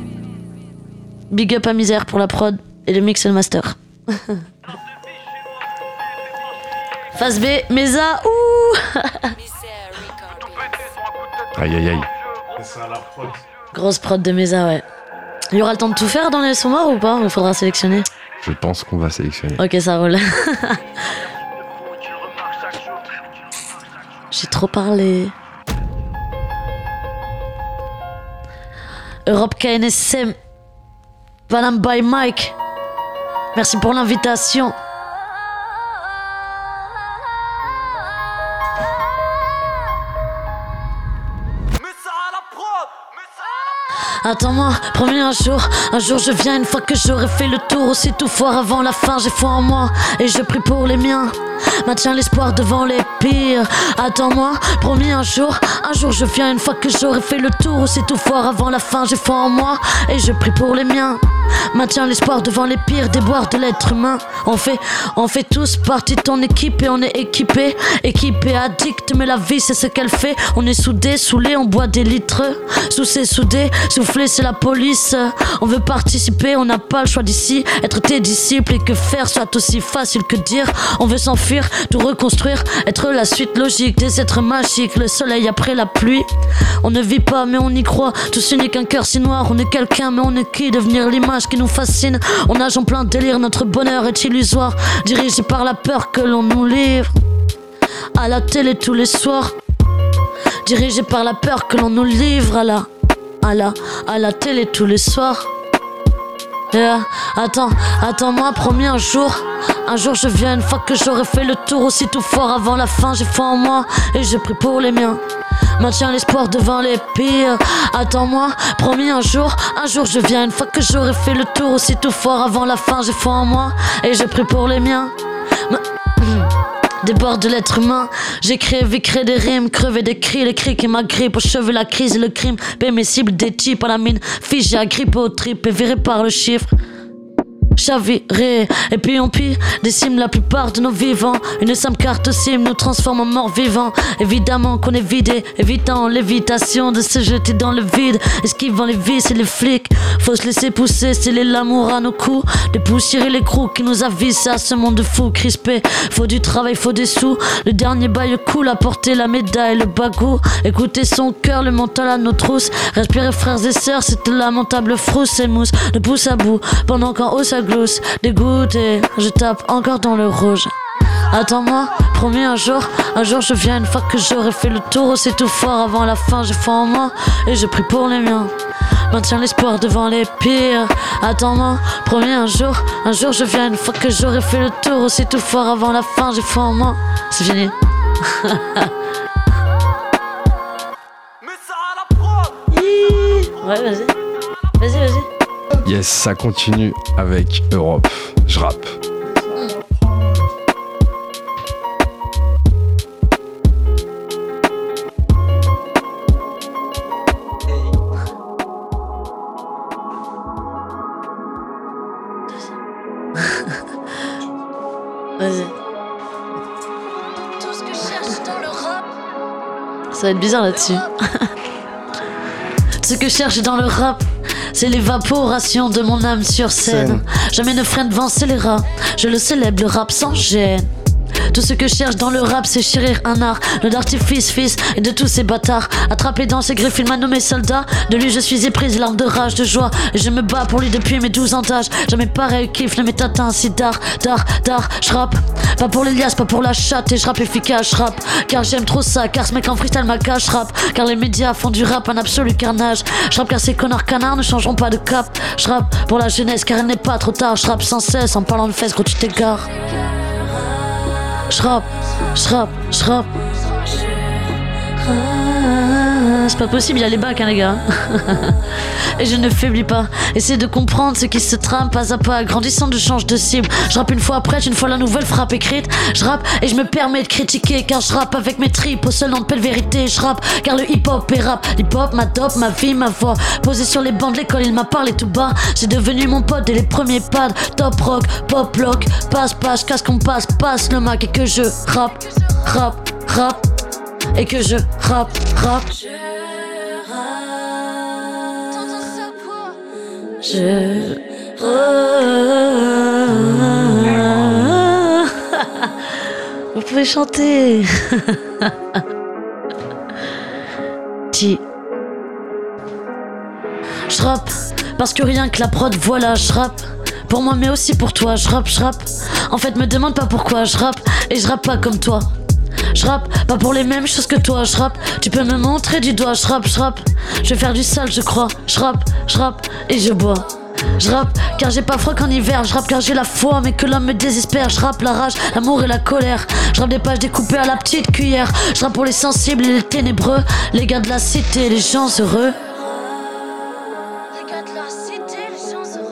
Big up à Misère pour la prod et le mix et le master. Phase B, Mesa, ouh. Aïe aïe aïe. Grosse prod de Mesa, ouais. Il y aura le temps de tout faire dans les sons morts ou pas? Il faudra sélectionner. Je pense qu'on va sélectionner. Ok, ça roule. J'ai trop parlé. Europe K N S M. Panam by Mike. Merci pour l'invitation. Attends-moi, promis un jour, un jour je viens une fois que j'aurai fait le tour. Aussi tout fort avant la fin, j'ai foi en moi et je prie pour les miens. Maintiens l'espoir devant les pires. Attends-moi, promis un jour, un jour je viens une fois que j'aurai fait le tour. Aussi tout fort avant la fin, j'ai foi en moi et je prie pour les miens. Maintiens l'espoir devant les pires déboires de l'être humain. On fait, on fait tous partie de ton équipe et on est équipé. Équipé, addict, mais la vie c'est ce qu'elle fait. On est soudés, saoulés, on boit des litres. Sous c'est soudé, souffler c'est la police. On veut participer, on n'a pas le choix d'ici. Être tes disciples et que faire soit aussi facile que dire. On veut s'enfuir, tout reconstruire. Être la suite logique des êtres magiques. Le soleil après la pluie. On ne vit pas mais on y croit. Tous unis qu'un cœur si noir. On est quelqu'un mais on est qui? Devenir l'image qui nous fascine. On nage en plein délire, notre bonheur est illusoire. Dirigé par la peur que l'on nous livre. À la télé tous les soirs. Dirigé par la peur que l'on nous livre. À la, à la, à la télé tous les soirs. Yeah. Attends, attends-moi, promis un jour. Un jour je viens une fois que j'aurai fait le tour. Aussi tout fort avant la fin, j'ai foi en moi et je prie pour les miens. Maintiens l'espoir devant les pires. Attends-moi, promis un jour. Un jour je viens une fois que j'aurai fait le tour. Aussi tout fort avant la fin, j'ai foi en moi et je prie pour les miens. Ma... Des bords de l'être humain, j'ai créé, créé des rimes, crevé des cris, les cris qui m'agrippent aux cheveux, la crise et le crime. Paie mes cibles, des types à la mine, figé, agrippé au trip et viré par le chiffre. Chaviré, et puis on pille, décime la plupart de nos vivants. Une simple carte SIM nous transforme en morts vivants. Évidemment qu'on est vidé, évitant l'évitation de se jeter dans le vide. Esquivant les vices et les flics, faut se laisser pousser, sceller l'amour à nos coups. Dépoussiérer les crocs qui nous avisent à ce monde fou crispé. Faut du travail, faut des sous. Le dernier bail cool, apporter la médaille, le bagou. Écouter son cœur, le mental à nos trousses. Respirer frères et sœurs, cette lamentable frousse et mousse de pouce à bout. Pendant qu'en haut ça glousse, dégoûté, je tape encore dans le rouge. Attends-moi, promis un jour, un jour je viens une fois que j'aurai fait le tour aussi tout fort avant la fin, j'ai foi en moi et je prie pour les miens. Maintiens l'espoir devant les pires. Attends-moi, promis un jour, un jour je viens une fois que j'aurai fait le tour aussi tout fort avant la fin, j'ai foi en moi. C'est fini. Ouais, vas-y. Vas-y, vas-y. Yes, ça continue avec Europe. Je rappe. Vas-y. Tout ce que je cherche dans le rap. Ça va être bizarre là-dessus. Ce que je cherche dans le rap, c'est l'évaporation de mon âme sur scène. Jamais ne freine devant scélérat. Je le célèbre, le rap sans gêne. Tout ce que je cherche dans le rap, c'est chérir un art, le d'artifice, fils, et de tous ces bâtards. Attrapé dans ses griffes, il m'a nommé soldat. De lui, je suis éprise, larmes de rage, de joie. Et je me bats pour lui depuis mes douze ans d'âge. Jamais pareil, kiff, ne m'est atteint si d'art, d'art, d'art. Je rappe, pas pour l'Elias, pas pour la chatte. Et je rappe efficace, je rappe, car j'aime trop ça. Car ce mec en freestyle m'a cache, je rappe. Car les médias font du rap un absolu carnage. Je rappe car ces connards canards ne changeront pas de cap. Je rappe pour la jeunesse, car elle n'est pas trop tard. Je rappe sans cesse en parlant de fesses, gros, tu t'égares. J'rappe, j'rappe, j'rappe. Ah, c'est pas possible, il y a les bacs, hein, les gars. Et je ne faiblis pas. Essaie de comprendre ce qui se trame pas à pas. Grandissant, je change de cible. Je rappe une fois après, une fois la nouvelle frappe écrite. Je rappe et je me permets de critiquer. Car je rappe avec mes tripes au seul nom de belle vérité. Je rappe car le hip-hop est rap. Hip-hop, ma dope, ma vie, ma voix. Posé sur les bancs de l'école, il m'a parlé tout bas. C'est devenu mon pote dès les premiers pads. Top rock, pop lock, passe, passe, casse qu'on passe, passe le Mac. Et que je rappe, rappe, rappe. Et que je rappe, rappe. Je Vous pouvez chanter. Ti. Je rappe parce que rien que la prod, voilà, je rappe. Pour moi mais aussi pour toi, je rappe, je rappe. En fait me demande pas pourquoi je rappe. Et je rappe pas comme toi. Je rappe, pas pour les mêmes choses que toi, je rappe. Tu peux me montrer du doigt, je rappe, je rappe. Je vais faire du sale, je crois. Je rappe, je rappe et je bois. Je rappe car j'ai pas froid qu'en hiver. Je rappe car j'ai la foi mais que l'homme me désespère. Je rappe la rage, l'amour et la colère. Je rappe des pages découpées à la petite cuillère. Je rappe pour les sensibles et les ténébreux. Les gars de la cité, les gens heureux. Les gars de la cité, les gens heureux.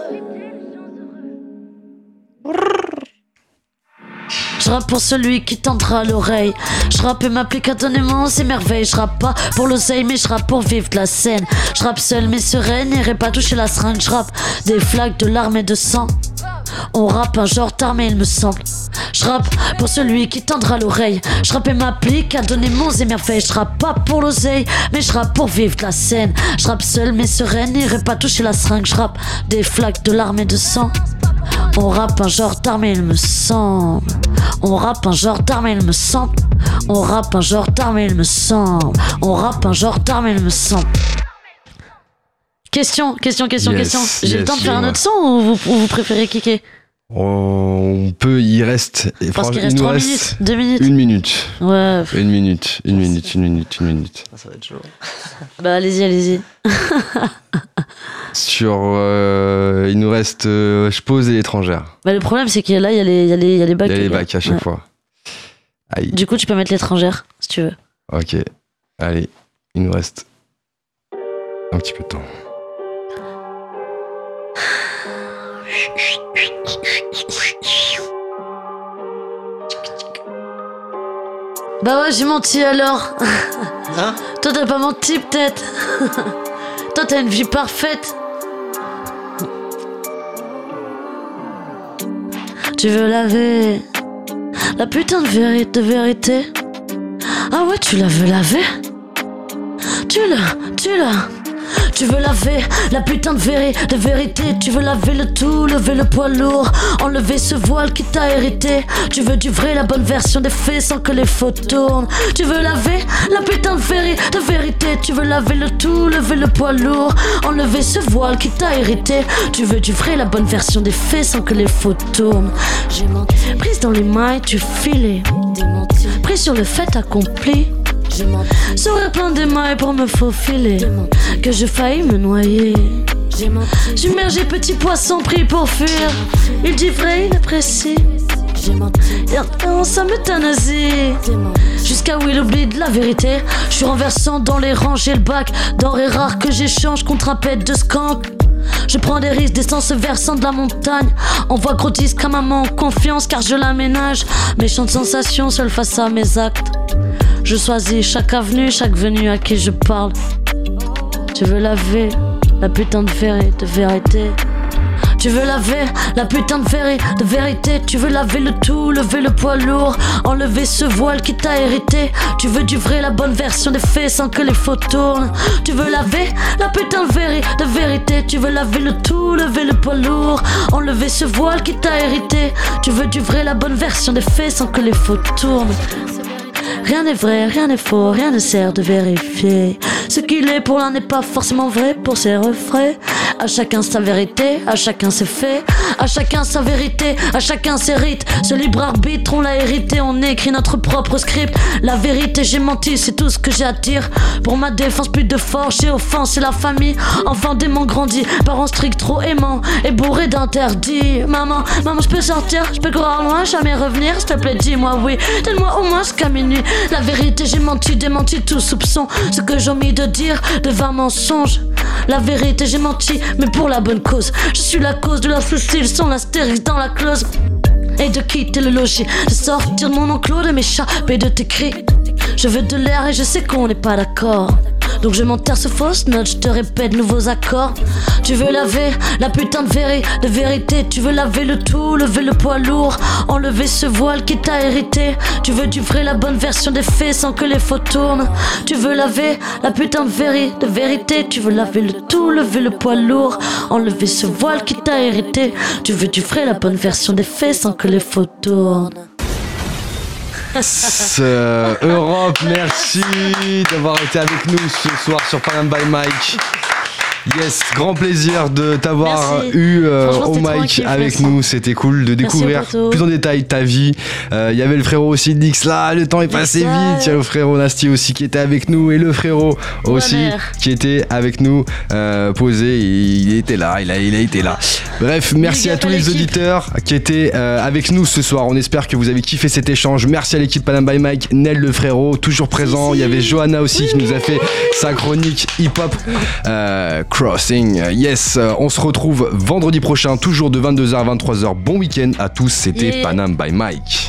Je rappe pour celui qui tendra l'oreille. Je rappe et m'applique à donner mon émerveille. Je rappe pas pour l'oseille mais je rappe pour vivre de la scène. Je rappe seul mais sereine, n'irai pas toucher la seringue. Je rappe des flaques de larmes et de sang. On rappe un genre d'armée il me semble. Je rappe pour celui qui tendra l'oreille. Je rappe et m'applique à donner mon émerveille. Je rappe pas pour l'oseille mais je rappe pour vivre de la scène. Je rappe seul mais sereine, n'irai pas toucher la seringue. Je rappe des flaques de larmes et de sang. On rappe un genre d'armée il me semble. On rappe un genre d'armée il me semble. On rappe un genre d'armée il me semble. On rappe un genre d'armée il me semble. Question, question, question, Yes, question. J'ai yes, le temps de faire un dis-moi. autre son ou vous, ou vous préférez kicker? On peut, il reste. Parce franchement, qu'il reste il nous trois reste minutes, deux minutes. Une minute. Ouais. Une minute, une minute, une minute, une minute. Ça va être chaud. Bah allez-y, allez-y. Sur. euh, il nous reste. euh, je pose et l'étrangère. Bah le problème c'est que là il y a les, il y a les, il y a les bacs. Il y a les gars. bacs à chaque Ouais. fois. Aïe. Du coup tu peux mettre l'étrangère si tu veux. Ok. Allez, il nous reste un petit peu de temps. Bah ouais j'ai menti alors. Hein? Toi t'as pas menti peut-être. Toi t'as une vie parfaite. Tu veux laver la putain de vérité, de vérité. Ah ouais tu la veux laver. Tu l'as, tu l'as. Tu veux laver la putain de vérité, de vérité. Tu veux laver le tout, lever le poids lourd, enlever ce voile qui t'a hérité. Tu veux du vrai, la bonne version des faits sans que les faux tournent. Tu veux laver la putain de vérité, de vérité. Tu veux laver le tout, lever le poids lourd, enlever ce voile qui t'a hérité. Tu veux du vrai, la bonne version des faits sans que les faux tournent. J'ai menti, prise dans les mailles, tu filais, démenti, prise sur le fait accompli. J'ai menti, sourire plein d'émail pour me faufiler, démenti, que je faillis me noyer. J'ai menti, submergé petit poisson pris pour fuir. Il dit vrai, il est précis. J'ai menti, et non, ça m'euthanasie. Jusqu'à où il oublie de la vérité. Je suis renversant dans les rangs, j'ai le bac denrées rares que j'échange contre un pet de skank. Je prends des risques, descends ce versant de la montagne. Envoie gros disque à maman en confiance car je l'aménage. Méchante sensation seule face à mes actes. Je choisis chaque avenue, chaque venue à qui je parle. Tu veux laver la putain de vérité, de vérité. Tu veux laver la putain de vérité, de vérité. Tu veux laver le tout, lever le poids lourd, enlever ce voile qui t'a hérité. Tu veux du vrai, la bonne version des faits sans que les faux tournent. Tu veux laver la putain de vérité, de vérité. Tu veux laver le tout, lever le poids lourd, enlever ce voile qui t'a hérité. Tu veux du vrai, la bonne version des faits sans que les faux tournent. Rien n'est vrai, rien n'est faux, rien ne sert de vérifier. Ce qu'il est pour l'un n'est pas forcément vrai pour ses refrains. À chacun sa vérité, à chacun ses faits, à chacun sa vérité, à chacun ses rites. Ce libre arbitre, on l'a hérité, on écrit notre propre script. La vérité, j'ai menti, c'est tout ce que j'ai à dire. Pour ma défense, plus de force, j'ai offensé la famille. Enfant dément grandi, parents stricts, trop aimants et bourrés d'interdits. Maman, maman, je peux sortir, je peux courir loin, jamais revenir. S'il te plaît, dis-moi oui, donne-moi au moins jusqu'à minuit. La vérité, j'ai menti, démenti tout soupçon. Ce que j'ai omis de dire devint mensonge. La vérité, j'ai menti, mais pour la bonne cause. Je suis la cause de la souci, ils sont l'astérisque dans la clause. Et de quitter le logis, de sortir de mon enclos, de m'échapper de tes cris. Je veux de l'air et je sais qu'on n'est pas d'accord. Donc je m'enterre ce fausse note, je te répète nouveaux accords. Tu veux laver la putain de vérité, de vérité. Tu veux laver le tout, lever le poids lourd, enlever ce voile qui t'a hérité. Tu veux du vrai, la bonne version des faits sans que les faux tournent. Tu veux laver la putain de vérité, de vérité. Tu veux laver le tout, lever le poids lourd, enlever ce voile qui t'a hérité. Tu veux du vrai, la bonne version des faits sans que les faux tournent. Euh, Europe, merci d'avoir été avec nous ce soir sur Panam by Mike. Yes, grand plaisir de t'avoir Merci. eu euh, au c'était mic tranquille, avec merci. nous. C'était cool de découvrir Merci, plus en détail ta vie. Il euh, y avait le frérot aussi Nix là, le temps est passé Nix, vite. Il y a le frérot Nasty aussi qui était avec nous et le frérot aussi mère. qui était avec nous euh, posé. Il était là, il a, il a été là. Bref, merci Big à up tous à les l'équipe. auditeurs qui étaient euh, avec nous ce soir. On espère que vous avez kiffé cet échange. Merci à l'équipe Panam by Mike, Nel le frérot, toujours présent. Il y avait Johanna aussi qui nous a fait sa chronique hip-hop euh, Crossing. Yes, euh, on se retrouve vendredi prochain, toujours de vingt-deux heures à vingt-trois heures. Bon week-end à tous, c'était Yeah. Panam by Mike.